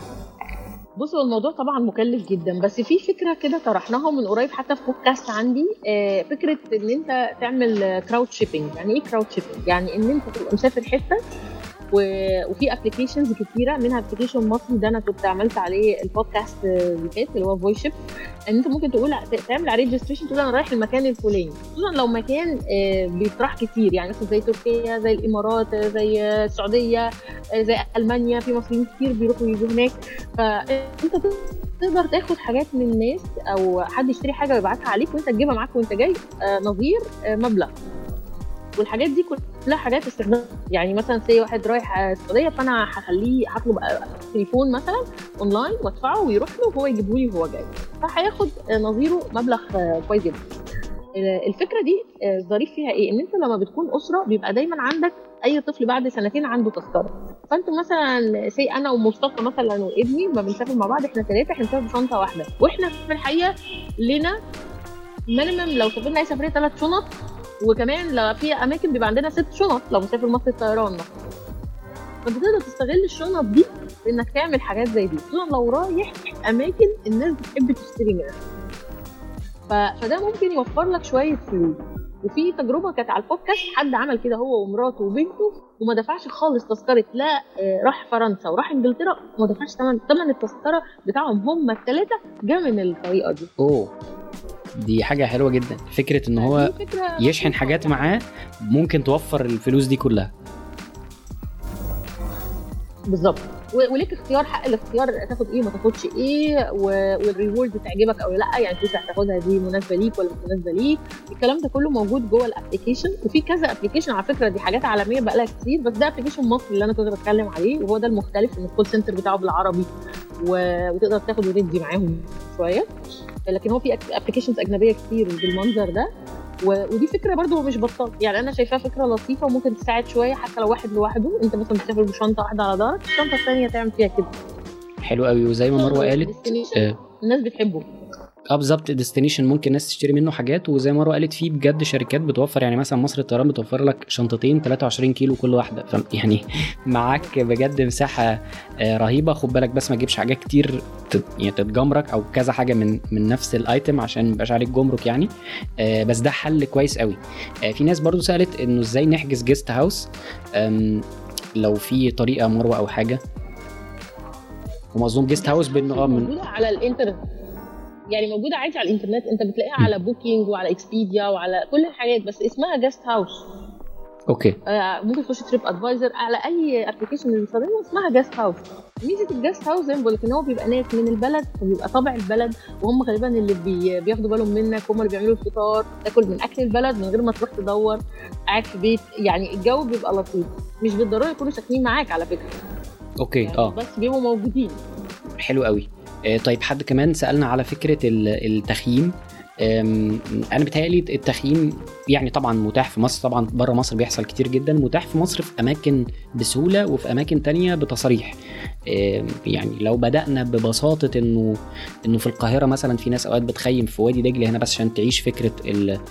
بص هو الموضوع طبعا مكلف جدا، بس في فكره كده طرحناها من قريب حتى في بودكاست عندي، فكره ان انت تعمل كراود شيبينج. يعني ايه كراود شيبينج؟ يعني ان انت تبقى مسافر حته وفي ابلكيشنز كتيره، منها ابلكيشن مصري ده انا كنت عملت عليه البودكاست اللي فات اللي هو فويس شيب، ان انت ممكن تقول تعمل عليه ريجستريشن تقول انا رايح المكان الفلاني، خصوصا لو مكان بيطرح كتير يعني مثلا زي تركيا زي الامارات زي السعوديه زي المانيا، في مصريين كتير بيروحوا يجوا هناك. فانت تقدر تاخد حاجات من الناس او حد يشتري حاجه ويبعتها عليك وانت تجيبها معاك وانت جاي نظير مبلغ. والحاجات دي كلها حاجات استخدام، يعني مثلا سي واحد رايح السعوديه فانا هخليه هطلب تليفون مثلا اونلاين وادفعه ويروح له وهو يجيبه لي وهو جاي، فهياخد نظيره مبلغ كويس جدا. الفكره دي ظريف فيها ايه؟ ان انت لما بتكون اسره بيبقى دايما عندك اي طفل بعد سنتين عنده تذكره، فانت مثلا سي انا ومصطفى مثلا وابني ما بنسافر مع بعض احنا ثلاثه، احنا بنسافر بشنطه واحده، واحنا في الحقيقه لنا مينيمم لو سافرنا اي سفريه ثلاث شنط، وكمان لو في اماكن بيبقى عندنا ست شنط لو مسافر مصر الطيران مثلا. فانت تقدر تستغل الشنط دي انك تعمل حاجات زي دي، خصوصا لو رايح اماكن الناس بتحب تشتري منها، فده ممكن يوفر لك شويه فلوس. وفي تجربه كانت على البودكاست حد عمل كده هو ومراته وبنته وما دفعش خالص تذكره، لا راح فرنسا وراح انجلترا وما دفعش ثمن ثمن التذكره بتاعهم هم الثلاثه، جا من الطريقه دي. اوه دي حاجة حلوة جدا، فكرة ان هو يشحن حاجات معاه ممكن توفر الفلوس دي كلها. بالظبط، وليك اختيار، حق الاختيار تاخد ايه وما تاخدش ايه، والريورد تعجبك او لا، يعني الفلوس هتاخدها دي مناسبة ليك ولا مش مناسبة ليك. الكلام ده كله موجود جوه الابلكيشن، وفي كذا ابلكيشن على فكرة، دي حاجات عالمية بقى لها كتير، بس ده ابلكيشن مصري اللي انا كنت بتكلم عليه، وهو ده المختلف ان الكول سنتر بتاعه بالعربي وتقدر تاخد وتدي معاهم شوية. لكن هو في ابلكيشنز اجنبيه كتير بالمنظر ده، ودي فكره برضو مش بطال، يعني انا شايفاها فكره لطيفه وممكن تساعد شويه حتى لو واحد لوحده. انت مثلا بتسافر بشنطه واحده على ظهرك، الشنطه الثانيه تعمل فيها كده. حلو قوي. وزي ما مروه قالت آه. الناس بتحبه. اه بالظبط، ديستنيشن ممكن الناس تشتري منه حاجات، وزي ما مروه قالت فيه بجد شركات بتوفر، يعني مثلا مصر الطيران بتوفر لك شنطتين ثلاثة وعشرين كيلو كل واحده، يعني معاك بجد مساحه رهيبه. خد بالك بس ما تجيبش حاجات كتير يعني تتجمرك او كذا حاجه من من نفس الايتم عشان ما يبقاش عليك جمرك يعني. بس ده حل كويس قوي. في ناس برضو سالت انه ازاي نحجز جيست هاوس، لو في طريقه مروه او حاجه. ومظلوم جيست هاوس بانه اه موجوده على الانترنت، يعني موجوده عادي على الانترنت، انت بتلاقيها م. على بوكينج وعلى اكسبيديا وعلى كل الحاجات، بس اسمها جيست هاوس. اوكي آه ممكن تخش تريب ادفايزر على اي ابلكيشن اللي بتستخدمه اسمها جيست هاوس. ميزه الجيست هاوس زي ما بقول لك ان هو بيبقى ناس من البلد وبيبقى طبع البلد، وهم غالبا اللي بي بياخدوا بالهم منك، هم اللي بيعملوا الفطار، تاكل من اكل البلد من غير ما تروح تدور، قاعد في بيت، يعني الجو بيبقى لطيف. مش بالضروره يكونوا ساكنين معاك على فكره. اوكي يعني اه بس بيبقوا موجودين. حلو قوي. طيب حد كمان سألنا على فكرة التخييم. انا بتهيألي التخييم يعني طبعا متاح في مصر، طبعا بره مصر بيحصل كتير جدا، متاح في مصر في اماكن بسهولة وفي اماكن تانية بتصريح. يعني لو بدأنا ببساطة انه انه في القاهرة مثلا في ناس اوقات بتخيم في وادي دجلة هنا بس عشان تعيش فكرة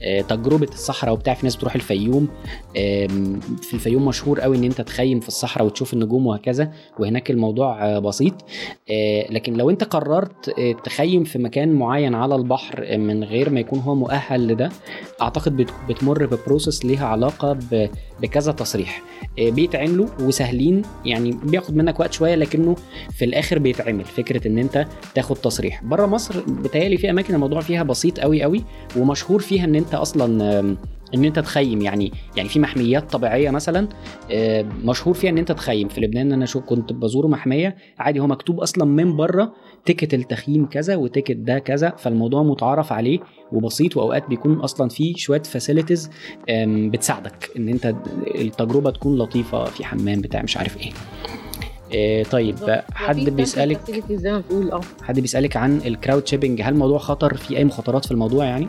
تجربه الصحراء وبتاع. في ناس بتروح الفيوم، في الفيوم مشهور قوي ان انت تخيم في الصحراء وتشوف النجوم وهكذا، وهناك الموضوع بسيط. لكن لو انت قررت تخيم في مكان معين على البحر من غير ما يكون هو مؤهل لده، اعتقد بتمر ببروسس ليها علاقه بكذا تصريح بيتعملوا وسهلين، يعني بياخد منك وقت شويه لكنه في الاخر بيتعمل. فكره ان انت تاخد تصريح بره مصر بتهيألي في اماكن الموضوع فيها بسيط قوي قوي ومشهور فيها ان انت اصلا ان انت تخيم. يعني يعني في محميات طبيعيه مثلا مشهور فيها ان انت تخيم. في لبنان انا شو كنت بزور محميه عادي هو مكتوب اصلا من بره تيكت التخييم كذا وتيكت ده كذا، فالموضوع متعارف عليه وبسيط، واوقات بيكون اصلا في شويه فاسيلتيز بتساعدك ان انت التجربه تكون لطيفه، في حمام بتاع مش عارف ايه. إيه طيب حد بيسالك زي ما بتقول اه حد بيسالك عن الكراود شيبنج، هل الموضوع خطر؟ في اي مخاطرات في الموضوع يعني؟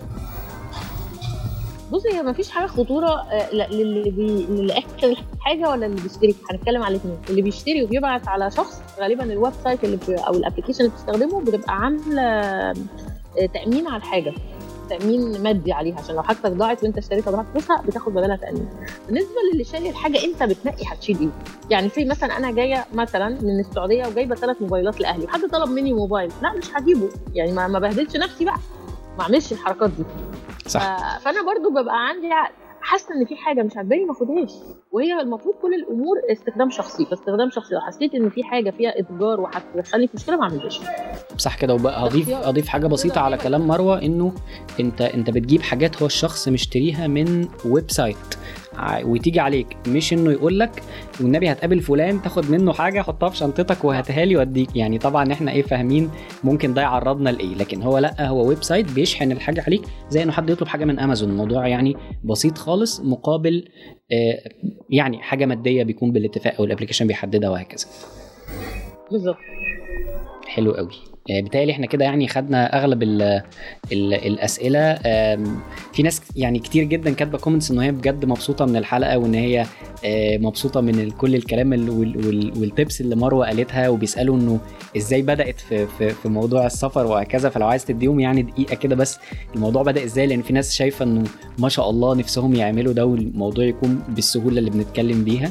بصي هي مفيش حاجه خطوره للي بي... اللي اخر حاجه ولا اللي بيشتري. هنتكلم على الاثنين. اللي بيشتري وبيبعت على شخص غالبا الويب سايت اللي ب... او الابلكيشن اللي بتستخدمه بتبقى عامله تامين على الحاجه، تامين مادي عليها، عشان لو حاجتك ضاعت وانت اشتريتها وضاعت فلوسها بتاخد بدلها تامين. بالنسبه للي شاري الحاجه انت بتنقي هتشيل ايه. يعني في مثلا انا جايه مثلا من السعوديه وجايبه ثلاث موبايلات لاهلي وحد طلب مني موبايل، لا مش هجيبه، يعني ما ما بهدلش نفسي بقى، ما اعملش الحركات دي. صح. فانا برضو ببقى عندي حاسه ان في حاجه مش عاجباني ما اخدهاش، وهي المفروض كل الامور استخدام شخصي. فاستخدام شخصي لو حسيت ان في حاجه فيها اتجار وهتدخلني في مشكله ما اعملهاش. صح كده. وبقى اضيف اضيف حاجه بسيطه على كلام مروه، انه انت انت بتجيب حاجات هو الشخص مشتريها من ويب سايت وتيجي عليك، مش انه يقول لك والنبي هتقابل فلان تاخد منه حاجه حطها في شنطتك وهاتها لي واديك. يعني طبعا احنا ايه فاهمين ممكن ده يعرضنا لايه، لكن هو لا، هو ويب سايت بيشحن الحاجه عليك زي انه حد يطلب حاجه من امازون. الموضوع يعني بسيط خالص مقابل آه يعني حاجه ماديه بيكون بالاتفاق او الابلكيشن بيحددها وهكذا. بالظبط. حلو قوي. بالتالي احنا كده يعني خدنا اغلب ال ال الاسئله. في ناس يعني كتير جدا كاتبه كومنتس ان هي بجد مبسوطه من الحلقه، وان هي مبسوطه من كل الكلام والتيبس اللي مروه قالتها، وبيسالوا انه ازاي بدات في في في موضوع السفر وهكذا. فلو عايز تديهم يعني دقيقه كده بس الموضوع بدا ازاي، لان في ناس شايفه انه ما شاء الله نفسهم يعملوا ده والموضوع يكون بالسهوله اللي بنتكلم بيها.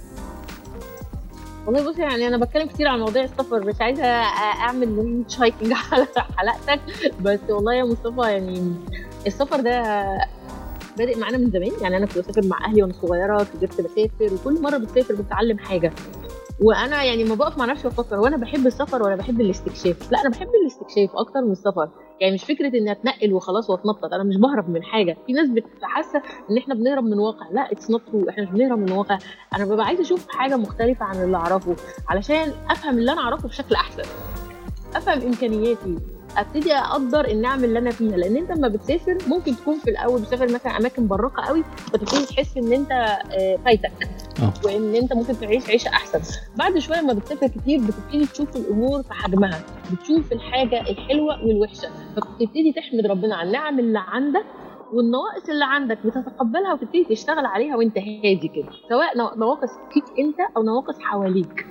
والله بصي يعني انا بتكلم كتير عن مواضيع السفر، مش عايزه اعمل شايكنج على حلقتك، بس والله يا مصطفى يعني السفر ده بادئ معانا من زمان. يعني انا كنت بسافر مع اهلي وانا صغيره، كبرت بسافر، وكل مره بتسافر بتتعلم حاجه. وانا يعني ما بقف مع نفسي وافكر وانا بحب السفر ولا بحب الاستكشاف. لا انا بحب الاستكشاف اكتر من السفر. يعني مش فكره اني اتنقل وخلاص واتنطط، انا مش بهرب من حاجه. في ناس بتحس ان احنا بنهرب من واقع، لا اتس نوت ترو، احنا مش بنهرب من واقع. انا ببقى عايزه اشوف حاجه مختلفه عن اللي اعرفه علشان افهم اللي انا اعرفه بشكل احسن، افهم امكانياتي، ابتدي اقدر النعم اللي انا فيها. لان انت لما بتسافر ممكن تكون في الاول بتسافر مثلا اماكن براقه قوي، فتبتدي تحس ان انت فايتك وان انت ممكن تعيش عيشه احسن. بعد شويه لما بتسافر كتير بتبتدي تشوف الامور في حجمها، بتشوف الحاجه الحلوه والوحشه، فبتبتدي تحمد ربنا على النعم اللي عندك والنواقص اللي عندك، بتتقبلها وتبتدي تشتغل عليها وانت هادي كده، سواء نواقص فيك انت او نواقص حواليك.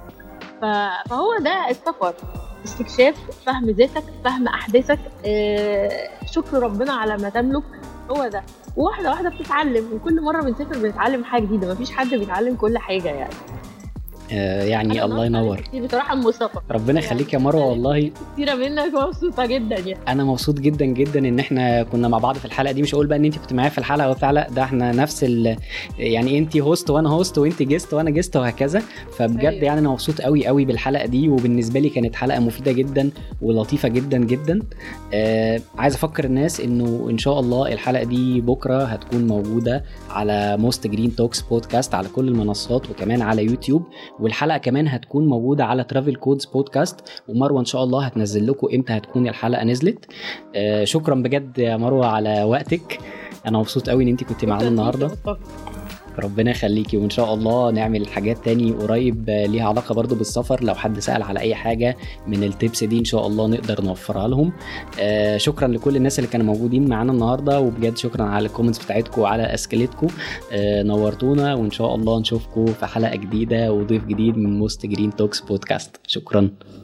فهو ده السفر، استكشاف، فهم ذاتك، فهم احداثك، آه، شكر ربنا على ما تملك. هو ده، وواحده واحده بتتعلم، وكل مره بنسافر بنتعلم حاجه جديده. مفيش حد بيتعلم كل حاجه يعني. آه يعني الله ينور. بصراحه مصطفى ربنا يخليك يعني يا مروه، والله كتيره منك، مبسوطه جدا يعني. انا مبسوط جدا جدا ان احنا كنا مع بعض في الحلقه دي. مش هقول بقى ان انت كنت معايا في الحلقه وبتاع، لا ده احنا نفس ال يعني انت هوست وانا هوست وانت جيست وانا جيست وهكذا. فبجد أيوة. يعني انا مبسوط قوي قوي بالحلقه دي، وبالنسبه لي كانت حلقه مفيده جدا ولطيفه جدا جدا. آه عايز افكر الناس انه ان شاء الله الحلقه دي بكره هتكون موجوده على موست جرين توكس بودكاست على كل المنصات وكمان على يوتيوب، والحلقه كمان هتكون موجوده على ترافل كودز بودكاست. ومروه ان شاء الله هتنزل لكم امتى هتكون الحلقه نزلت. آه شكرا بجد يا مروه على وقتك، انا مبسوط قوي ان انت كنت معانا النهارده. ربنا يخليكي، وان شاء الله نعمل حاجات تاني قريب ليها علاقه برضو بالسفر. لو حد سأل على اي حاجه من التيبس دي ان شاء الله نقدر نوفرها لهم. آه شكرا لكل الناس اللي كانوا موجودين معانا النهارده، وبجد شكرا على الكومنتس بتاعتكم وعلى اسئلتكم. آه نورتونا، وان شاء الله نشوفكم في حلقه جديده وضيف جديد من موست جرين توكس بودكاست. شكرا.